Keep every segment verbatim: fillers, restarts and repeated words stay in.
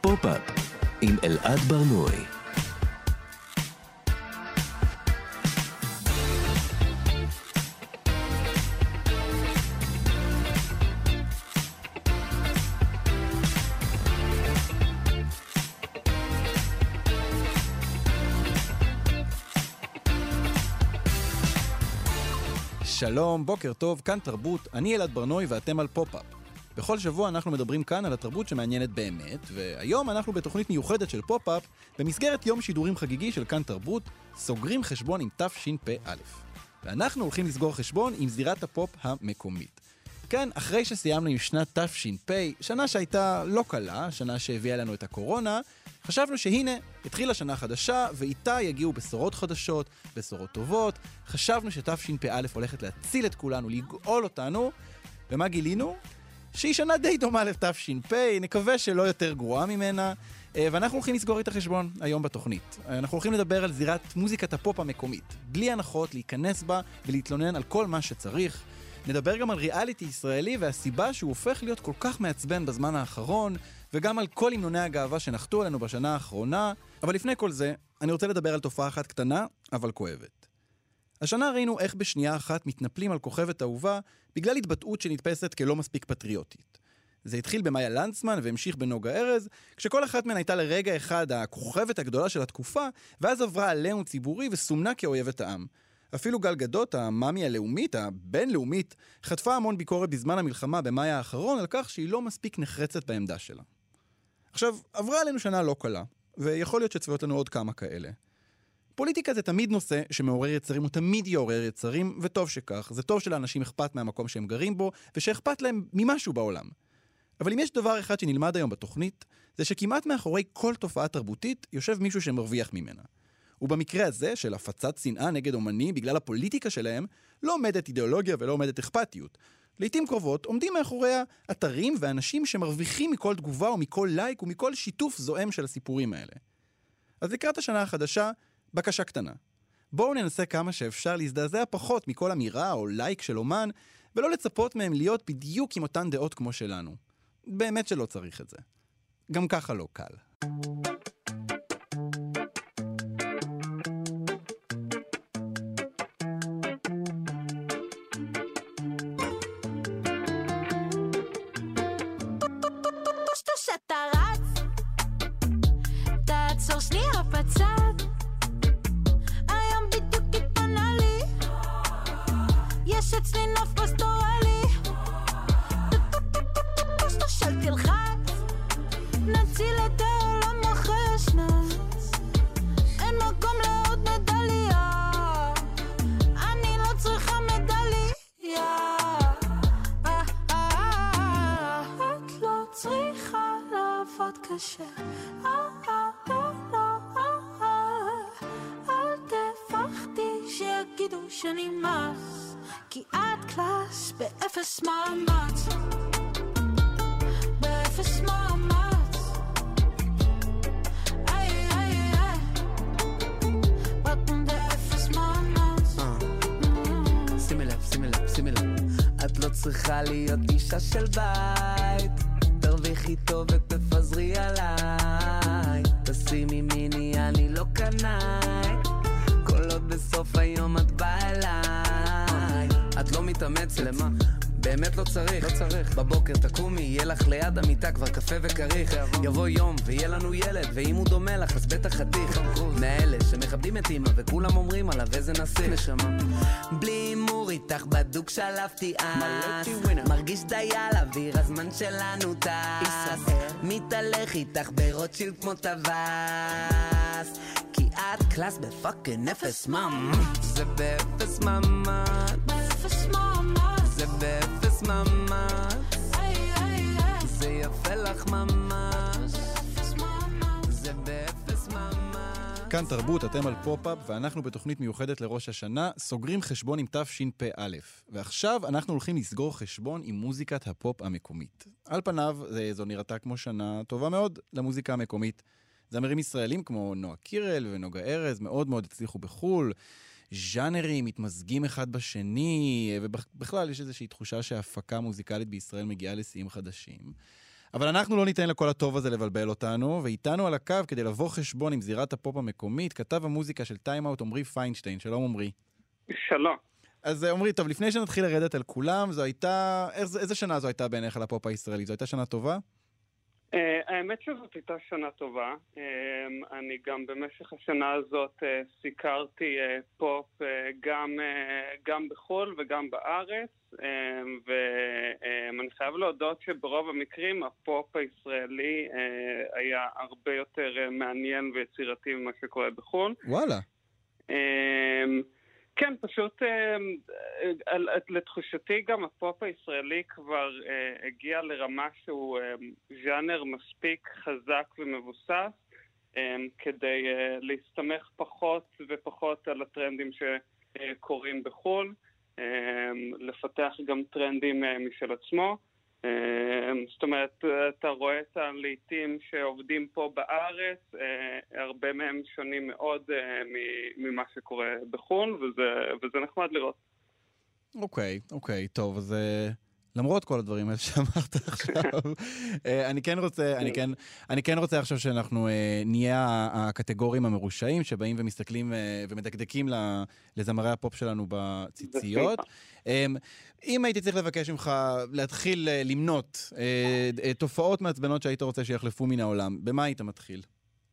פופ-אפ עם אלעד ברנועי. שלום, בוקר טוב, כאן תרבות, אני אלעד ברנועי ואתם על פופ-אפ. בכל שבוע אנחנו מדברים כאן על התרבות שמעניינת באמת, והיום אנחנו בתוכנית מיוחדת של פופ-אפ, במסגרת יום שידורים חגיגי של כאן תרבות, סוגרים חשבון עם תשפ"א. ואנחנו הולכים לסגור חשבון עם זירת הפופ המקומית. כן, אחרי שסיימנו עם שנת תש"פ, שנה שהייתה לא קלה, שנה שהביאה לנו את הקורונה, חשבנו שהנה, התחילה שנה חדשה, ואיתה יגיעו בשורות חדשות, בשורות טובות. חשבנו שתשפ"א הולכת להציל את כולנו, לגאול אותנו, ומה גילינו? שהיא שנה די דומה לתש"פ, נקווה שלא יותר גרועה ממנה, ואנחנו הולכים לסגור את החשבון היום בתוכנית. אנחנו הולכים לדבר על זירת מוזיקת הפופ המקומית, בלי הנחות, להיכנס בה ולהתלונן על כל מה שצריך. נדבר גם על ריאליטי ישראלי והסיבה שהוא הופך להיות כל כך מעצבן בזמן האחרון, וגם על כל המנוני הגאווה שנחתו עלינו בשנה האחרונה. אבל לפני כל זה, אני רוצה לדבר על תופעה אחת קטנה, אבל כואבת. השנה ראינו איך בשנייה אחת מתנפלים על כוכבת אהובה, בגלל התבטאות שנתפסת כלא מספיק פטריוטית. זה התחיל במאיה לנצמן והמשיך בנוגה ארז, כשכל אחת מהן הייתה לרגע אחד הכוכבת הגדולה של התקופה, ואז עברה עלינו ציבורי וסומנה כאויבת העם. אפילו גל גדות, המאמי הלאומית, הבינלאומית, חטפה המון ביקורת בזמן המלחמה במאי האחרון על כך שהיא לא מספיק נחרצת בעמדה שלה. עכשיו, עברה עלינו שנה לא קלה, ויכול להיות שצפויות לנו עוד כמה כאלה. פוליטיקה זה תמיד נושא שמעורר יצרים, הוא תמיד יעורר יצרים, וטוב שכך. זה טוב שלאנשים אכפת מהמקום שהם גרים בו, ושאכפת להם ממשהו בעולם. אבל אם יש דבר אחד שנלמד היום בתוכנית, זה שכמעט מאחורי כל תופעה תרבותית יושב מישהו שמרוויח ממנה. ובמקרה הזה, של הפצת שנאה נגד אומנים בגלל הפוליטיקה שלהם, לא עומדת אידיאולוגיה ולא עומדת אכפתיות. לעתים קרובות עומדים מאחוריה אתרים ואנשים שמרוויחים מכל תגובה ומכל לייק ומכל שיתוף זועם של הסיפורים האלה. אז לקראת השנה החדשה, בקשה קטנה. בואו ננסה כמה שאפשר להזדעזע פחות מכל אמירה או לייק של אומן, ולא לצפות מהם להיות בדיוק עם אותן דעות כמו שלנו. באמת שלא צריך את זה. גם ככה לא קל. כי את קלאס באפס מאמץ, באפס מאמץ, איי איי איי, בטון באפס מאמץ. שימי לב, שימי לב, שימי לב, את לא צריכה להיות אישה של בית, תרוויחי טוב ותפזרי עליי, תשימי מיני אני לא קנאי, כל עוד בסוף היום את באה אליי, את לא מתאמצת, למה? באמת לא צריך, לא צריך. בבוקר תקומי, יהיה לך ליד המיטה כבר קפה וקריך, יבוא יום ויהיה לנו ילד, ואם הוא דומה לך אז בטח חתיך, מאלה שמכבדים את אמא וכולם אומרים עליו איזה נסיך, נשמה. בלי אימור איתך בדוק שלפתי אס, מרגיש די על אוויר הזמן שלנו טס, מתהלך איתך ברוטשילד כמו טווס, כי את קלאס בפאקינג אפס מאמץ, זה באפס מאמץ, באפס מאמץ, זה באפס מאמץ, זה יפה לך ממש, זה באפס מאמץ. כאן תרבות, אתם על פופ-אפ, ואנחנו בתוכנית מיוחדת לראש השנה, סוגרים חשבון עם תשפ"א. ועכשיו אנחנו הולכים לסגור חשבון עם מוזיקת הפופ המקומית. על פניו, זו נראתה כמו שנה טובה מאוד למוזיקה המקומית. זמרים ישראלים כמו נועה קירל ונוגה ארז מאוד מאוד הצליחו בחול, ז'אנרים מתמזגים אחד בשני, ובכלל יש איזושהי תחושה שההפקה המוזיקלית בישראל מגיעה לשיאים חדשים. אבל אנחנו לא ניתן לכל הטוב הזה לבלבל אותנו, ואיתנו על הקו כדי לבוא חשבון עם זירת הפופ המקומית, כתב המוזיקה של טיים-אאוט עמרי פיינשטיין. שלום עמרי. שלום. אז עמרי, טוב, לפני שנתחיל לרדת על כולם, זו הייתה, איזה, איזה שנה זו הייתה בעיניך לפופ הישראלי? זו הייתה שנה טובה? Uh, האמת שזאת הייתה שנה טובה. Uh, אני גם במשך השנה הזאת uh, סיקרתי uh, פופ uh, גם, uh, גם בחול וגם בארץ, uh, ואני uh, חייב להודות שברוב המקרים הפופ הישראלי uh, היה הרבה יותר uh, מעניין ויצירתי ממה שקורה בחול. וואלה. Uh, כן, פשוט לתחושתי גם הפופ הישראלי כבר הגיע לרמה שהוא ז'אנר מספיק חזק ומבוסס כדי להסתמך פחות ופחות על הטרנדים שקורים בחו"ל, לפתח גם טרנדים משל עצמו. זאת אומרת, אתה רואה את הלהיטים שעובדים פה בארץ, הרבה מהם שונים מאוד ממה שקורה בחו"ל, וזה, וזה נחמד לראות. אוקיי, אוקיי, טוב, אז למרות כל הדברים האלה שאמרת עכשיו, אני כן רוצה, אני כן, אני כן רוצה עכשיו שאנחנו נהיה הקטגורים המרושעים, שבאים ומסתכלים ומדקדקים לזמרי הפופ שלנו בציציות. אם הייתי צריך לבקש ממך להתחיל למנות תופעות מעצבנות שהיית רוצה שיחלפו מן העולם, במה היית מתחיל?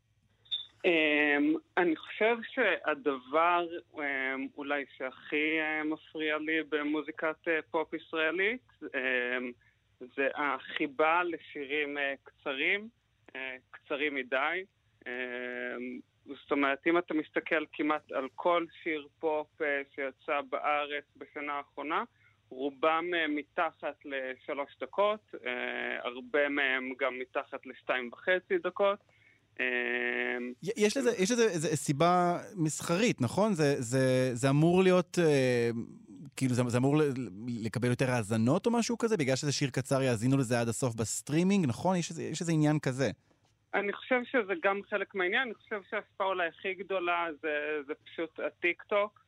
אני חושב שהדבר אולי שהכי מפריע לי במוזיקת פופ ישראלית זה החיבה לשירים קצרים, קצרים מדי. זאת אומרת, אם אתה מסתכל כמעט על כל שיר פופ שיצא בארץ בשנה האחרונה, רובם מתחת לשלוש דקות, הרבה מהם גם מתחת לשתיים וחצי דקות. יש לזה, יש לזה איזו סיבה מסחרית, נכון? זה, זה, זה אמור להיות, כאילו, זה, זה אמור לקבל יותר האזנות או משהו כזה? בגלל שזה שיר קצר יאזינו לזה עד הסוף בסטרימינג, נכון? יש איזה, יש איזה עניין כזה. אני חושב שזה גם חלק מהעניין. אני חושב שההשפעה אולי הכי גדולה זה, זה פשוט הטיק טוק.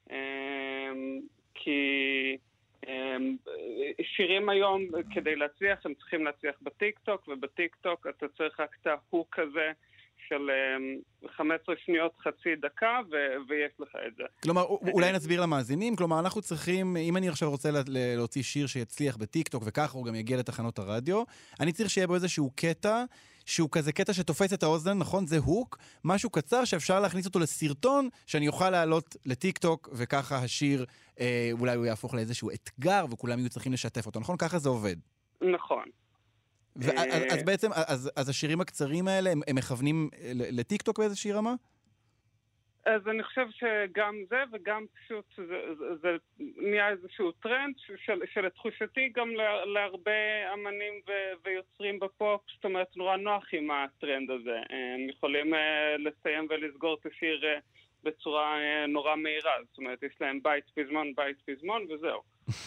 כי שירים היום כדי להצליח הם צריכים להצליח בטיק טוק, ובטיק טוק אתה צריך רק את ההוק הזה של חמש עשרה שניות, חצי דקה, ו- ויש לך את זה. כלומר, אולי נסביר למאזינים, כלומר, אנחנו צריכים, אם אני עכשיו רוצה להוציא שיר שיצליח בטיק טוק, וככה הוא גם יגיע לתחנות הרדיו, אני צריך שיהיה בו איזשהו קטע, שהוא כזה קטע שתופס את האוזן, נכון? זה הוק, משהו קצר שאפשר להכניס אותו לסרטון, שאני אוכל לעלות לטיק טוק, וככה השיר, אה, אולי הוא יהפוך לאיזשהו אתגר, וכולם יהיו צריכים לשתף אותו, נכון? ככה זה עובד. נכון. אז בעצם, אז השירים הקצרים האלה, הם מכוונים לטיק טוק באיזושהי רמה? אז אני חושב שגם זה, וגם פשוט זה נהיה איזשהו טרנד, שלתחושתי גם להרבה אמנים ויוצרים בפופ, זאת אומרת, נורא נוח עם הטרנד הזה. הם יכולים לסיים ולסגור את השיר בצורה נורא מהירה, זאת אומרת, יש להם בית פזמון, בית פזמון, וזהו.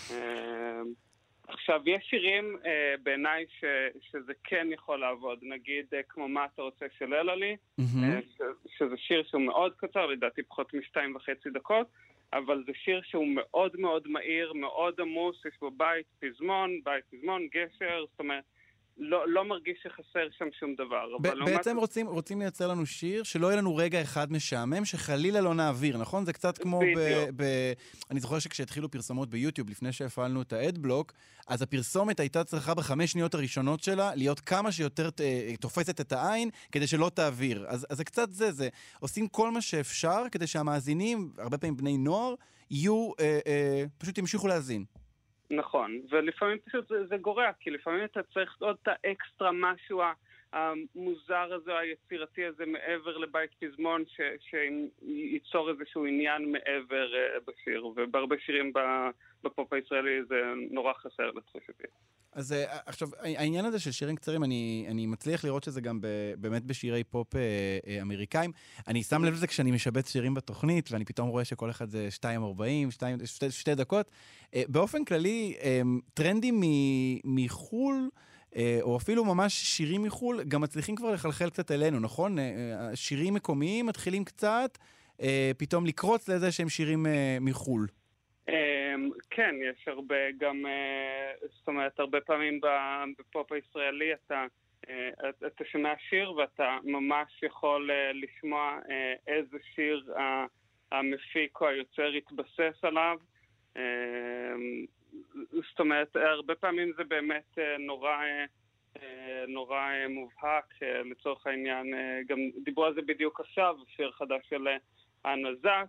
עכשיו, יש שירים אה, בעיניי ש, שזה כן יכול לעבוד, נגיד אה, כמו מה אתה רוצה של אלעלי, mm-hmm. אה, ש, שזה שיר שהוא מאוד קצר, לדעתי פחות משתיים וחצי דקות, אבל זה שיר שהוא מאוד מאוד מהיר, מאוד עמוס, יש בו בית פזמון, בית פזמון, גשר, זאת אומרת, לא, לא מרגיש שחסר שם שום דבר. ב- אבל בעצם לא רוצים, רוצים לייצר לנו שיר שלא יהיה לנו רגע אחד משעמם, שחלילה לא נעביר, נכון? זה קצת כמו ב... ב- אני זוכר שכשהתחילו פרסומות ביוטיוב, לפני שהפעלנו את האדבלוק, אז הפרסומת הייתה צריכה בחמש שניות הראשונות שלה, להיות כמה שיותר ת- תופסת את העין, כדי שלא תעביר. אז, אז זה קצת זה, זה. עושים כל מה שאפשר, כדי שהמאזינים, הרבה פעמים בני נוער, יהיו, אה, אה, פשוט ימשיכו להאזין. נכון, ולפעמים פשוט זה, זה גורע, כי לפעמים אתה צריך עוד את האקסטרה משהו המוזר הזה, היצירתי הזה, מעבר לבית פזמון, ש, שייצור איזשהו עניין מעבר uh, בשיר, ובהרבה שירים בפופ הישראלי זה נורא חסר לתחושתי. אז עכשיו, העניין הזה של שירים קצרים, אני, אני מצליח לראות שזה גם ב, באמת בשירי פופ אה, אה, אמריקאים. אני שם לב לזה כשאני משבץ שירים בתוכנית, ואני פתאום רואה שכל אחד זה שתיים ארבעים, שתי, שתי דקות. אה, באופן כללי, אה, טרנדים מחול, אה, או אפילו ממש שירים מחול, גם מצליחים כבר לחלחל קצת אלינו, נכון? אה, שירים מקומיים מתחילים קצת, אה, פתאום לקרוץ לאיזה שהם שירים אה, מחול. אה... כן, יש הרבה גם, זאת אומרת, הרבה פעמים בפופ הישראלי אתה, אתה שומע שיר ואתה ממש יכול לשמוע איזה שיר המפיק או היוצר התבסס עליו. זאת אומרת, הרבה פעמים זה באמת נורא, נורא מובהק. לצורך העניין, גם דיברו על זה בדיוק עכשיו, שיר חדש של הנזק,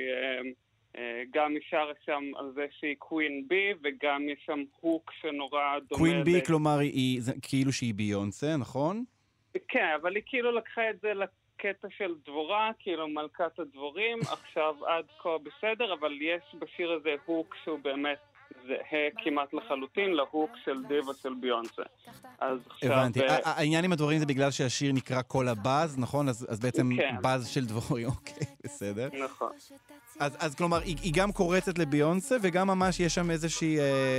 שגם ישר שם על זה שהיא קווין בי, וגם יש שם הוק שנורא דומה. קווין בי, כלומר, היא כאילו שהיא ביונסה, נכון? כן, אבל היא כאילו לקחה את זה לקטע של דבורה, כאילו מלכת הדבורים, עכשיו עד כה בסדר, אבל יש בשיר הזה הוק שהוא באמת זהה כמעט לחלוטין להוק של דיבה של ביונסה. אז עכשיו... הבנתי. העניין עם הדבורים זה בגלל שהשיר נקרא כל הבאז, נכון? אז בעצם באז של דבורים, אוקיי, בסדר. נכון. אז כלומר, היא גם קורצת לביונסה, וגם ממש יש שם איזושהי...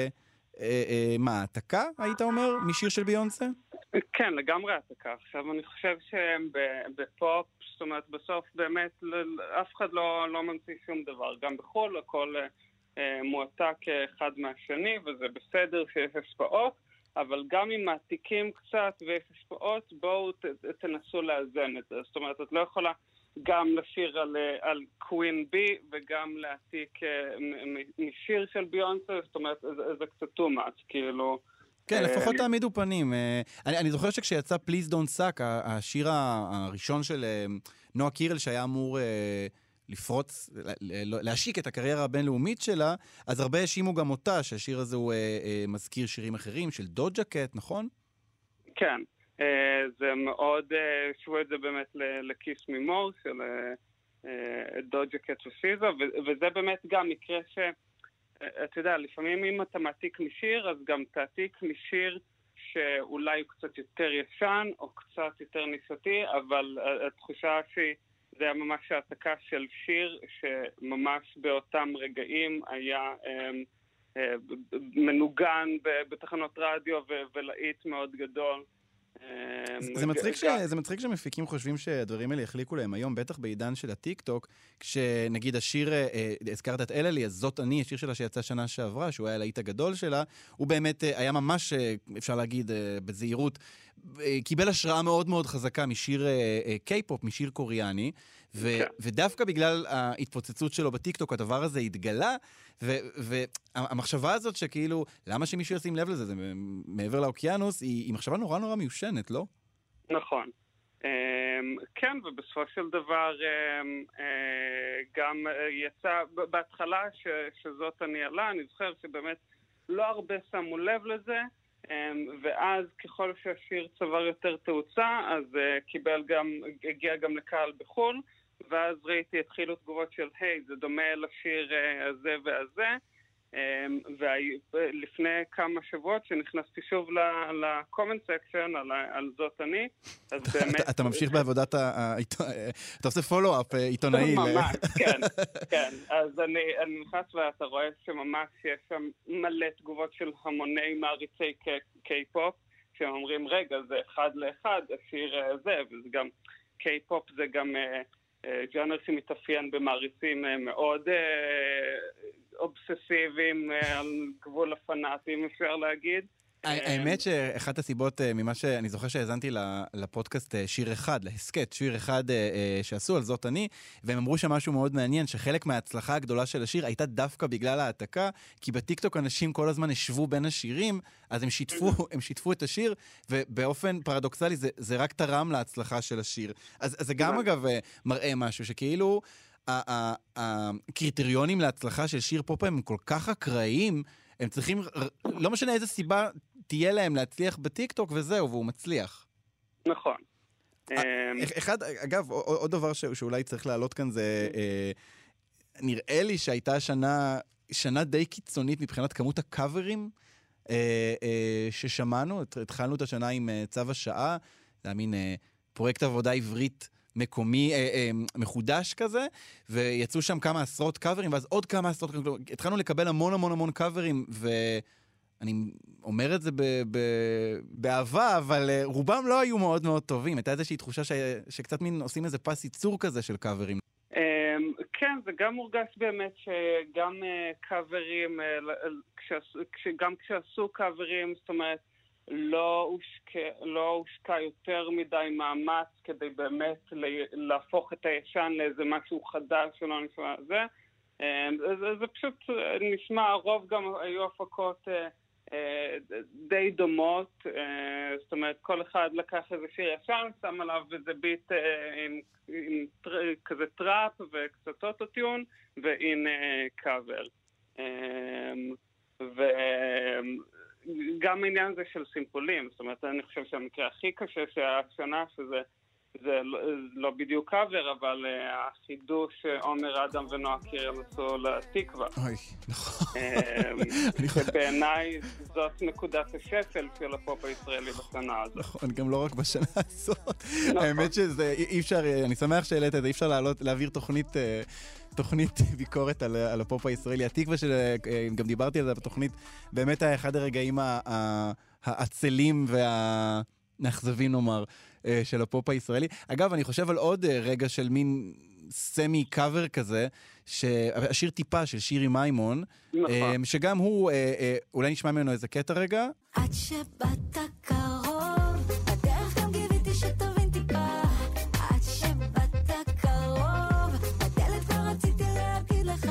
מה, העתקה, היית אומר? משיר של ביונסה? כן, לגמרי העתקה. עכשיו, אני חושב שבפופ, זאת אומרת, בסוף באמת אף אחד לא ממציא שום דבר. גם בחול, הכל מועתק אחד מהשני, וזה בסדר שיש השפעות, אבל גם אם מעתיקים קצת ויש השפעות, בואו תנסו לאזן את זה. זאת אומרת, את לא יכולה גם לשיר על, על קווין בי, וגם להעתיק משיר של ביונסה, זאת אומרת, זה, זה קצת too much, כאילו... כן, לפחות תעמידו פנים. אני, אני זוכר שכשיצא Please Don't Suck, השיר הראשון של נועה קירל, שהיה אמור לפרוץ, להשיק את הקריירה הבינלאומית שלה, אז הרבה האשימו גם אותה, שהשיר הזה הוא מזכיר שירים אחרים, של דוג'ה קט, נכון? כן. זה מאוד, שוו את זה באמת לקיס מימור של דוג'ה קט וסיזה, וזה באמת גם מקרה ש... אתה יודע, לפעמים אם אתה מעתיק משיר, אז גם תעתיק משיר שאולי הוא קצת יותר ישן, או קצת יותר ניסתי, אבל התחושה שזה היה ממש העתקה של שיר, שממש באותם רגעים היה מנוגן בתחנות רדיו ולהיט מאוד גדול. זה מצחיק, ש... זה מצחיק שמפיקים חושבים שהדברים האלה יחליקו להם היום, בטח בעידן של הטיק טוק, כשנגיד השיר, הזכרת את אללי, אז זאת אני, השיר שלה שיצא שנה שעברה, שהוא היה להיט הגדול שלה, הוא באמת היה ממש, אפשר להגיד בזהירות, קיבל השראה מאוד מאוד חזקה משיר קיי-פופ, משיר קוריאני, ו... ודווקא בגלל ההתפוצצות שלו בטיק טוק, הדבר הזה התגלה, והמחשבה הזאת שכאילו, למה שמישהו ישים לב לזה, זה מעבר לאוקיינוס, היא מחשבה נורא נורא מיושנת, לא? נכון. כן, ובסופו של דבר גם יצא בהתחלה שזאת אני עלה, אני זוכר שבאמת לא הרבה שמו לב לזה, ואז ככל שהשיר צבר יותר תאוצה, אז קיבל גם, הגיע גם לקהל בחול, ואז ראיתי התחילו תגובות של, היי, זה דומה לשיר הזה והזה, ולפני כמה שבועות שנכנסתי שוב לקומנט סקשן על זאת אני, אז באמת... אתה ממשיך בעבודת ה... אתה עושה פולו-אפ עיתונאי. ממש, כן, כן. אז אני נכנס ואתה רואה שממש יש שם מלא תגובות של המוני מעריצי קיי-פופ, שהם אומרים, רגע, זה אחד לאחד, השיר זה, וזה גם... קיי-פופ זה גם ג'אנר שמתאפיין במעריצים מאוד אובססיביים, על גבול הפנאטים, אפשר להגיד. האמת שאחת הסיבות ממה שאני זוכר שהאזנתי לפודקאסט שיר אחד, להסקט, שיר אחד שעשו על זאת אני, והם אמרו שם משהו מאוד מעניין, שחלק מההצלחה הגדולה של השיר הייתה דווקא בגלל העתקה, כי בטיקטוק אנשים כל הזמן ישבו בין השירים, אז הם שיתפו, הם שיתפו את השיר, ובאופן פרדוקסלי זה, זה רק תרם להצלחה של השיר. אז, אז זה גם אגב מראה משהו, שכאילו הקריטריונים להצלחה של שיר פופ הם כל כך אקראיים, הם צריכים, לא משנה איזה סיבה תהיה להם להצליח בטיקטוק וזהו, והוא מצליח. נכון. אחד, אגב, עוד דבר שאולי צריך להעלות כאן זה, נראה לי שהייתה שנה, שנה די קיצונית מבחינת כמות הקאברים ששמענו, התחלנו את השנה עם צו השעה, זה היה מין פרויקט עבודה עברית מקומי, אה, אה, מחודש כזה, ויצאו שם כמה עשרות קאברים, ואז עוד כמה עשרות קאברים, התחלנו לקבל המון המון המון קאברים, ואני אומר את זה ב- ב- באהבה, אבל uh, רובם לא היו מאוד מאוד טובים, הייתה איזושהי תחושה ש- שקצת מין עושים איזה פס ייצור כזה של קאברים. כן, זה גם מורגש באמת שגם קאברים, גם כשעשו קאברים, זאת אומרת, לא הושקע, לא הושקע יותר מדי מאמץ כדי באמת להפוך את הישן לאיזה משהו חדש שלא נשמע זה. זה, זה פשוט נשמע, הרוב גם היו הפקות די דומות, זאת אומרת, כל אחד לקח איזה שיר ישן, שם עליו איזה ביט עם, עם כזה טראפ וקצת אוטוטיון, והנה קאבר. וגם העניין הזה של סימפולים, זאת אומרת, אני חושב שהמקרה הכי קשה שהשנה, שזה זה לא, לא בדיוק קאבר, אבל uh, החידוש שעומר אדם ונועה קירל עשו לתקווה. אוי, נכון. ובעיניי זאת נקודת השפל של הפופ הישראלי בשנה הזאת. נכון, גם לא רק בשנה הזאת. האמת שזה, אי אפשר, אני שמח שהעלית את זה, אי אפשר להעביר תוכנית... תוכנית ביקורת על, על הפופ הישראלי. התקווה שגם דיברתי על זה בתוכנית, באמת היה אחד הרגעים העצלים והנאכזבים נאמר של הפופ הישראלי. אגב, אני חושב על עוד רגע של מין סמי קאבר כזה, השיר טיפה של שירי מימון, נכון. שגם הוא, אולי נשמע ממנו איזה קטע רגע. עד שבאת קרוב, הדרך גם גיביתי שתבין טיפה, עד שבאת קרוב, בדלת כבר רציתי להגיד לך.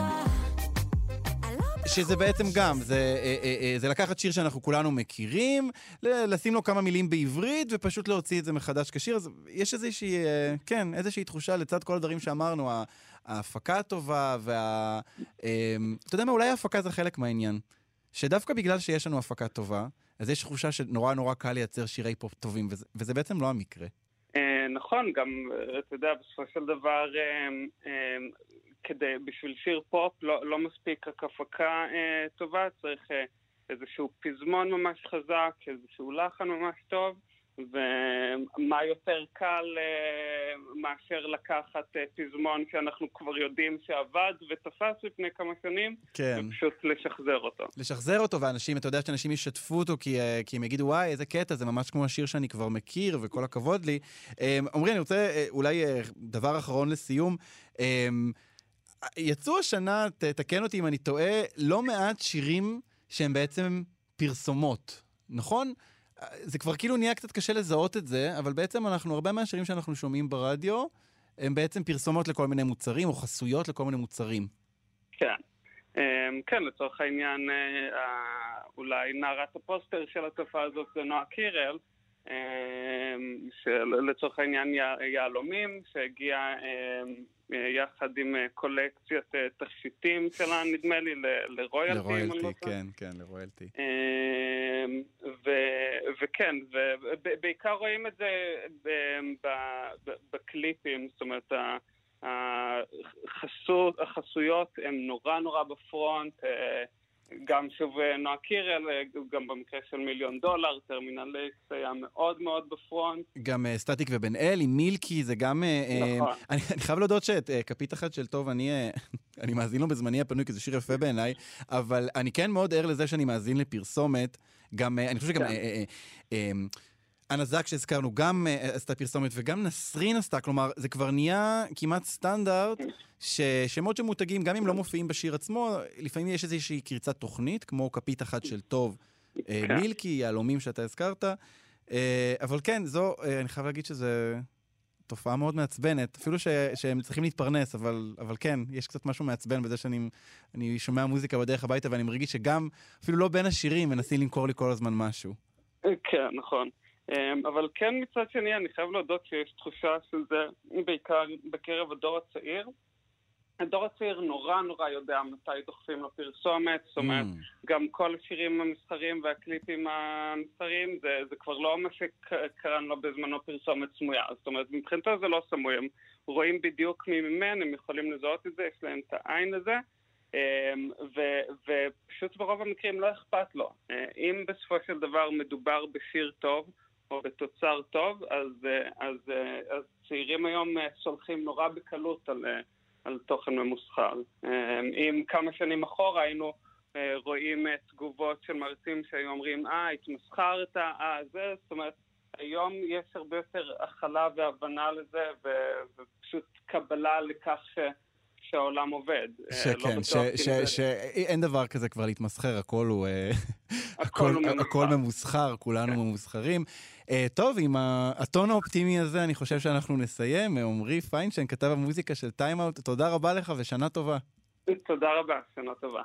שזה בעצם גם, זה, זה לקחת שיר שאנחנו כולנו מכירים, לשים לו כמה מילים בעברית, ופשוט להוציא את זה מחדש כשיר. אז יש איזושהי, כן, איזושהי תחושה לצד כל הדברים שאמרנו, ההפקה הטובה, וה... אתה יודע מה, אולי ההפקה זה חלק מהעניין. שדווקא בגלל שיש לנו הפקה טובה, אז יש תחושה שנורא נורא קל לייצר שירי פופ טובים, וזה, וזה בעצם לא המקרה. נכון, גם, אתה יודע, בסופו של דבר... כדי, בשביל שיר פופ לא, לא מספיק רק הפקה אה, טובה, צריך אה, איזשהו פזמון ממש חזק, איזשהו לחן ממש טוב, ומה יותר קל אה, מאשר לקחת אה, פזמון שאנחנו כבר יודעים שעבד ותפס לפני כמה שנים, כן. ופשוט לשחזר אותו. לשחזר אותו, ואנשים, אתה יודע שאנשים ישתפו אותו, כי, אה, כי הם יגידו, וואי, איזה קטע, זה ממש כמו השיר שאני כבר מכיר, וכל הכבוד לי. אה, אומרי, אני רוצה אה, אולי אה, דבר אחרון לסיום, אה, יצאו השנה, תתקן אותי אם אני טועה, לא מעט שירים שהם בעצם פרסומות, נכון? זה כבר כאילו נהיה קצת קשה לזהות את זה, אבל בעצם אנחנו, הרבה מהשירים שאנחנו שומעים ברדיו, הם בעצם פרסומות לכל מיני מוצרים, או חסויות לכל מיני מוצרים. כן. כן, לצורך העניין, אולי נערת הפוסטר של התופעה הזאת זה נועה קירל, שלצורך העניין יעלומים, שהגיע יחד עם קולקציית תכשיטים שלה, נדמה לי, לרויאלטי. לרויאלטי, כן, כן, לרויאלטי. וכן, ובעיקר רואים את זה בקליפים, זאת אומרת, החסויות הן נורא נורא בפרונט, גם שוב נועה קירל, גם במקרה של מיליון דולר, טרמינל אקס היה מאוד מאוד בפרונט. גם סטטיק ובן אל עם מילקי, זה גם... נכון. אני חייב להודות שאת כפית אחת של טוב, אני מאזין לו בזמני הפנוי, כי זה שיר יפה בעיניי, אבל אני כן מאוד ער לזה שאני מאזין לפרסומת, גם, אני חושב שגם... אנה זק שהזכרנו גם עשתה פרסומת וגם נסרין עשתה, כלומר זה כבר נהיה כמעט סטנדרט ששמות שמותגים גם אם לא מופיעים בשיר עצמו, לפעמים יש איזושהי קריצת תוכנית כמו כפית אחת של טוב, מילקי, יעלומים שאתה הזכרת, אבל כן, זו, אני חייב להגיד שזה תופעה מאוד מעצבנת, אפילו ש, שהם צריכים להתפרנס, אבל, אבל כן, יש קצת משהו מעצבן בזה שאני אני שומע מוזיקה בדרך הביתה ואני מרגיש שגם אפילו לא בין השירים מנסים למכור לי כל הזמן משהו. כן, נכון. אבל כן מצד שני אני חייב להודות שיש תחושה של זה בעיקר בקרב הדור הצעיר. הדור הצעיר נורא נורא יודע מתי דוחפים לו פרסומת, זאת אומרת גם כל השירים המסחריים והקליפים המסחריים זה, זה כבר לא מה שקראנו לו בזמנו פרסומת סמויה, זאת אומרת מבחינתו זה לא סמוי, הם רואים בדיוק מממן, הם יכולים לזהות את זה, יש להם את העין הזה, ו- ופשוט ברוב המקרים לא אכפת לו. אם בסופו של דבר מדובר בשיר טוב או בתוצר טוב, אז, אז, אז צעירים היום סולחים נורא בקלות על, על תוכן ממוסחר. אם כמה שנים אחורה היינו רואים תגובות של מרצים שהיו אומרים, אה, התמסחרת, אה, זה, זאת אומרת, היום יש הרבה יותר הכלה והבנה לזה, ו- ופשוט קבלה לכך ש... שהעולם עובד. שכן, שאין דבר כזה כבר להתמסחר, הכל הוא... הכל ממוסחר, כולנו ממוסחרים. טוב, עם הטון האופטימי הזה, אני חושב שאנחנו נסיים. עומרי פיינשטיין, כתב המוזיקה של טיים אאוט, תודה רבה לך ושנה טובה. תודה רבה, שנה טובה.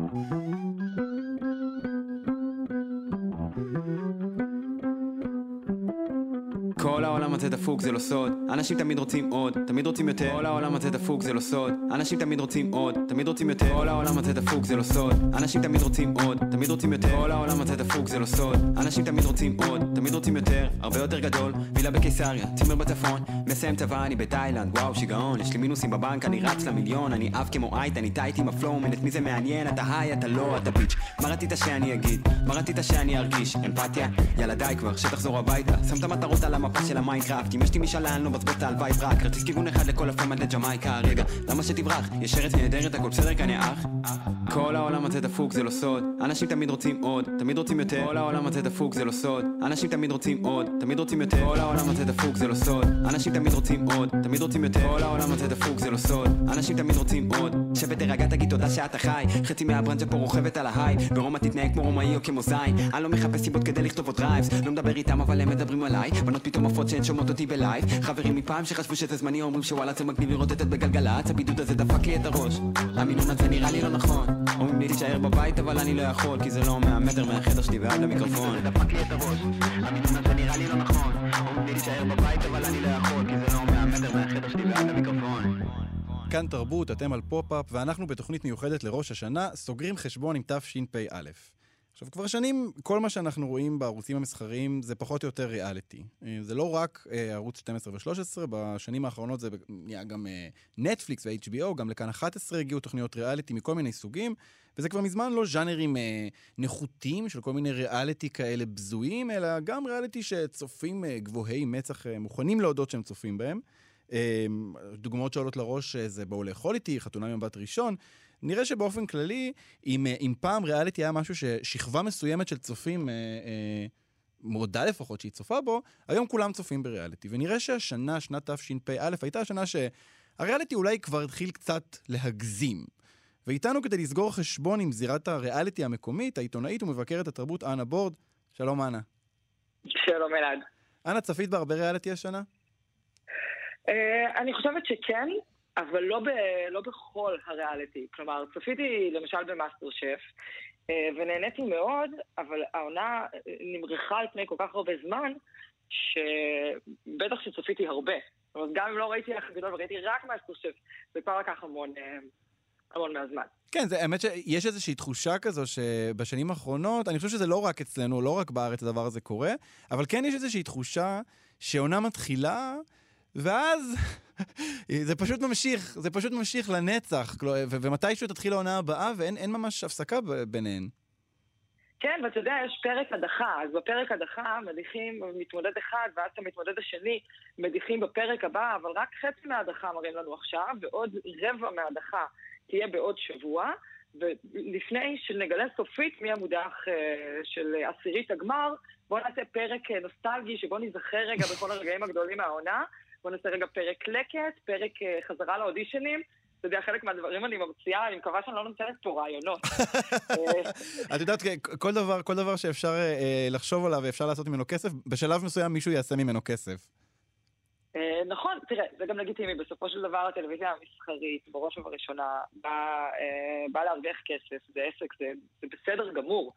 כל העולם הזה דפוק, זה לא סוד. אנשים תמיד רוצים עוד, תמיד רוצים יותר. כל העולם הזה דפוק, זה לא סוד. אנשים תמיד רוצים עוד, תמיד רוצים יותר. כל העולם הזה דפוק, זה לא סוד. אנשים תמיד רוצים עוד, תמיד רוצים יותר. כל העולם הזה דפוק, זה לא סוד. אנשים תמיד רוצים עוד, תמיד רוצים יותר. הרבה יותר גדול, וילה בקיסריה, צימר בצפון. מסיים צבא, אני בתאילנד, וואו שיגעון. יש לי מינוסים בבנק, אני רץ למיליון. אני אב כמו אייט, אני טייט עם הפלואו. מן את מי זה מעניין, אתה היי, אתה לא, אתה ביץ'. מה רצית שאני אגיד? מה רצית שאני ארגיש? אמפתיה? יאללה די כבר, שתחזור הביתה. שם את המטרות על המפה של המיינקראפט. אם יש לי משאלה, אני לא מבזבז את ההלוואי ברק. כרטיס כיוון אחד לכל הפעם עד לג'מייקה. רגע, למה שתברח? יש ארץ נהדרת, הכל בסדר כאן אח. כל העולם הזה דפוק, זה לא סוד. אנשים תמיד רוצים עוד, תמיד רוצים יותר. כל העולם הזה דפוק, זה לא סוד. אנשים תמיד רוצים עוד, תמיד רוצים יותר. כל העולם הזה דפוק, זה לא סוד. אנשים תמיד רוצים עוד, תמיד רוצים יותר. כל העולם הזה דפוק, זה לא סוד. אנשים תמיד רוצים עוד. שבת תרגע, תגיד תודה שאתה חי. חצי מהברנז'ה פה רוכבת על ההיי. ברומא תתנהג כמו רומאי או כמו זין. אני לא מחפש סיבות כדי לכתוב עוד רייבס. לא מדבר איתם אבל הם מדברים עליי. בנות פתאום עפות שהן שומעות אותי בלייב. חברים מפעם שחשבו שזה זמני אומרים שוואלה זה מגניב לראות את בגלגלצ. הבידוד הזה דפק לי את הראש. המינון הזה נראה לי לא נכון. אומרים לי להישאר בבית אבל אני לא יכול כי זה לא מאה מטר מהחדר שלי ועד למיקרופון. זה דפק לי את הראש. המינון הזה נראה לי לא נכון. אומרים לי להישאר בבית אבל אני לא יכול כי זה לא מאה מטר מהחדר שלי ועד למיקרופון. כאן תרבות, אתם על פופ-אפ, ואנחנו בתוכנית מיוחדת לראש השנה סוגרים חשבון עם תשפ"א. עכשיו, כבר שנים, כל מה שאנחנו רואים בערוצים המסחריים זה פחות או יותר ריאליטי. זה לא רק ערוץ שתים עשרה ו-שלוש עשרה, בשנים האחרונות זה נהיה גם נטפליקס ו-אייץ' בי או, גם לכאן אחת עשרה הגיעו תוכניות ריאליטי מכל מיני סוגים, וזה כבר מזמן לא ז'אנרים נחותים של כל מיני ריאליטי כאלה בזויים, אלא גם ריאליטי שצופים גבוהי מצח מוכנים להודות שהם צופים בהם. דוגמאות שעולות לראש זה בואו לאכול איתי, חתונה ממבט ראשון. נראה שבאופן כללי, אם, אם פעם ריאליטי היה משהו ששכבה מסוימת של צופים, אה, אה, מורדה לפחות שהיא צופה בו, היום כולם צופים בריאליטי. ונראה שהשנה, שנת תשפ"א, הייתה השנה שהריאליטי אולי כבר התחיל קצת להגזים. ואיתנו כדי לסגור חשבון עם זירת הריאליטי המקומית, העיתונאית ומבקרת התרבות אנה בורד. שלום אנה. שלום אלעד. אנה, צפית בהרבה ריאליטי השנה? Uh, אני חושבת שכן. אבל לא, ב, לא בכל הריאליטי. כלומר, צפיתי למשל במאסטר שף, ונהניתי מאוד, אבל העונה נמרחה על פני כל כך הרבה זמן, שבטח שצפיתי הרבה. זאת אומרת, גם אם לא ראיתי איך גדול, וראיתי רק מאסטר שף, זה כבר לקח המון, המון מהזמן. כן, זה, האמת שיש איזושהי תחושה כזו שבשנים האחרונות, אני חושב שזה לא רק אצלנו, לא רק בארץ הדבר הזה קורה, אבל כן יש איזושהי תחושה שעונה מתחילה, ואז זה פשוט ממשיך, זה פשוט ממשיך לנצח, ומתישהו תתחיל העונה הבאה, ואין אין ממש הפסקה ביניהן. כן, ואתה יודע, יש פרק הדחה, אז בפרק הדחה מדיחים מתמודד אחד, ואז המתמודד השני מדיחים בפרק הבא, אבל רק חצי מההדחה מראים לנו עכשיו, ועוד רבע מההדחה תהיה בעוד שבוע, ולפני שנגלה סופית מי המודח של עשירית הגמר, בואו נעשה פרק נוסטלגי, שבו נזכר רגע בכל הרגעים הגדולים מהעונה, בואו נעשה רגע פרק לקט, פרק חזרה לאודישנים, אתה יודע, חלק מהדברים אני ממציאה, אני מקווה שאני לא נותנת פה רעיונות. את יודעת, כל דבר, כל דבר שאפשר לחשוב עליו ואפשר לעשות ממנו כסף, בשלב מסוים מישהו יעשה ממנו כסף. נכון, תראה, זה גם לגיטימי, בסופו של דבר הטלוויזיה המסחרית, בראש ובראשונה, באה להרוויח כסף, זה עסק, זה בסדר גמור,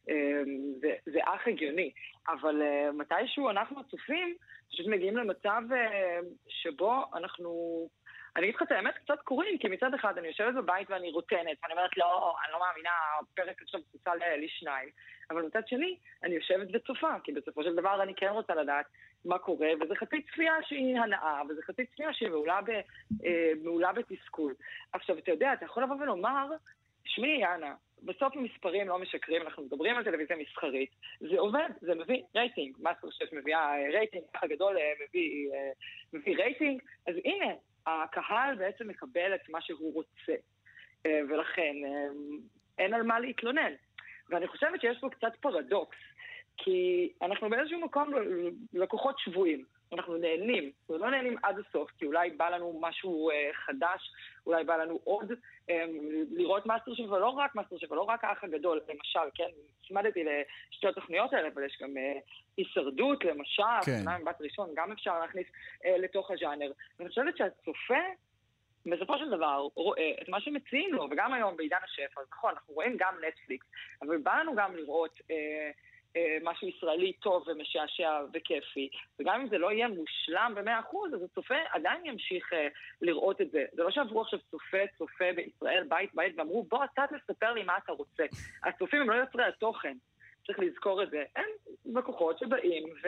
זה אך הגיוני, אבל מתישהו אנחנו הצופים, פשוט מגיעים למצב שבו אנחנו... אני אגיד לך את האמת קצת קוראים, כי מצד אחד אני יושבת בבית ואני רוטנת, ואני אומרת, לא, אני לא מאמינה, הפרק עכשיו פוצל לי שניים. אבל מצד שני, אני יושבת וצופה, כי בסופו של דבר אני כן רוצה לדעת מה קורה, וזה חצי צפייה שהיא הנאה, וזה חצי צפייה שהיא מעולה, ב, אה, מעולה בתסכול. עכשיו, אתה יודע, אתה יכול לבוא ולומר, שמי יאנה, בסוף המספרים לא משקרים, אנחנו מדברים על טלוויזיה מסחרית, זה עובד, זה מביא רייטינג, מאסטר שף מביאה רייטינג, ככה גדול מביא, מביא רייטינג, אז הנה, הקהל בעצם מקבל את מה שהוא רוצה, ולכן אין על מה להתלונן. ואני חושבת שיש פה קצת פרדוקס, כי אנחנו באיזשהו מקום לקוחות שבויים, אנחנו נהנים, זאת לא נהנים עד הסוף, כי אולי בא לנו משהו uh, חדש, אולי בא לנו עוד um, לראות מאסטר שף, ולא רק מאסטר שף, ולא רק האח הגדול, למשל, כן, צמדתי לשתי התוכניות האלה, אבל יש גם uh, הישרדות, למשל, כן. בת ראשון, גם אפשר להכניס uh, לתוך הז'אנר. אני חושבת שהצופה, בסופו של דבר, רואה את מה שמציעים לו, וגם היום בעידן השף, אז נכון, אנחנו רואים גם נטפליקס, אבל בא לנו גם לראות אה, אה, משהו ישראלי טוב ומשעשע וכיפי, וגם אם זה לא יהיה מושלם ב-מאה אחוז, אז הצופה עדיין ימשיך אה, לראות את זה. זה לא שעברו עכשיו צופה, צופה בישראל, בית, בית, ואמרו, בוא, אתה תספר לי מה אתה רוצה. הצופים הם לא יוצרי התוכן, צריך לזכור את זה. הם לקוחות שבאים ו...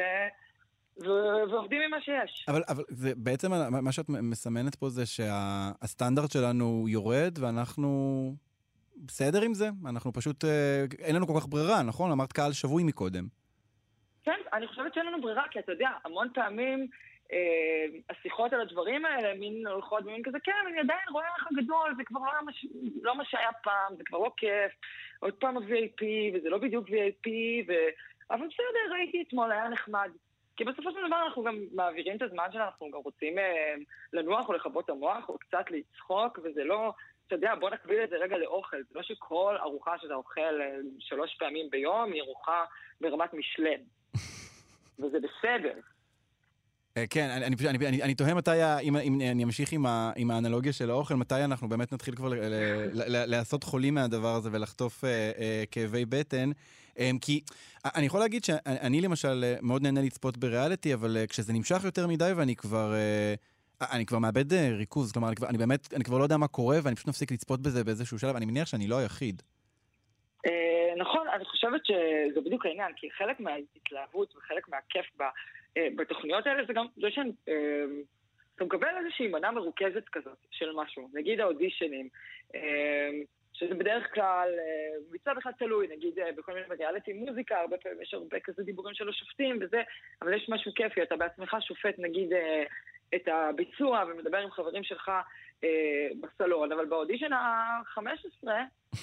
ו- ועובדים עם מה שיש. אבל, אבל זה, בעצם מה שאת מסמנת פה זה שהסטנדרט שלנו יורד, ואנחנו בסדר עם זה? אנחנו פשוט, אין לנו כל כך ברירה, נכון? אמרת קהל שבוי מקודם. כן, אני חושבת שאין לנו ברירה, כי אתה יודע, המון פעמים אה, השיחות על הדברים האלה, מין הולכות במין כזה, כן, אני עדיין רואה לך גדול, זה כבר לא מה, לא מה שהיה פעם, זה כבר לא כיף, עוד פעם ה-וי איי פי, וזה לא בדיוק וי איי פי, ו... אבל בסדר, ראיתי אתמול, היה נחמד. כי בסופו של דבר אנחנו גם מעבירים את הזמן שלנו, אנחנו גם רוצים אה, לנוח או לחבות המוח, או קצת לצחוק, וזה לא, אתה יודע, בוא נקביל את זה רגע לאוכל. זה לא שכל ארוחה שאתה אוכל אה, שלוש פעמים ביום, היא ארוחה ברמת משלן. וזה בסדר. כן, אני, אני, אני, אני, אני תוהה מתי, אם, אם אני אמשיך עם, ה, עם האנלוגיה של האוכל, מתי אנחנו באמת נתחיל כבר ל, ל, ל, לעשות חולים מהדבר הזה ולחטוף אה, אה, כאבי בטן, אה, כי אני יכול להגיד שאני למשל מאוד נהנה לצפות בריאליטי, אבל אה, כשזה נמשך יותר מדי ואני כבר, אה, אני כבר מאבד אה, ריכוז, כלומר, אני, כבר, אני באמת, אני כבר לא יודע מה קורה ואני פשוט מפסיק לצפות בזה באיזשהו שלב, אני מניח שאני לא היחיד. אה, נכון, אני חושבת שזה בדיוק העניין, כי חלק מההתלהבות וחלק מהכיף בה, בתוכניות האלה זה גם, זה שאתה מקבל איזושהי מנה מרוכזת כזאת של משהו, נגיד האודישנים, שזה בדרך כלל מצד אחד תלוי, נגיד בכל מיני ריאליטי מוזיקה, הרבה פעמים יש הרבה כזה דיבורים של השופטים וזה, אבל יש משהו כיפי, אתה בעצמך שופט נגיד את הביצוע ומדבר עם חברים שלך בסלון, אבל באודישן ה-חמש עשרה,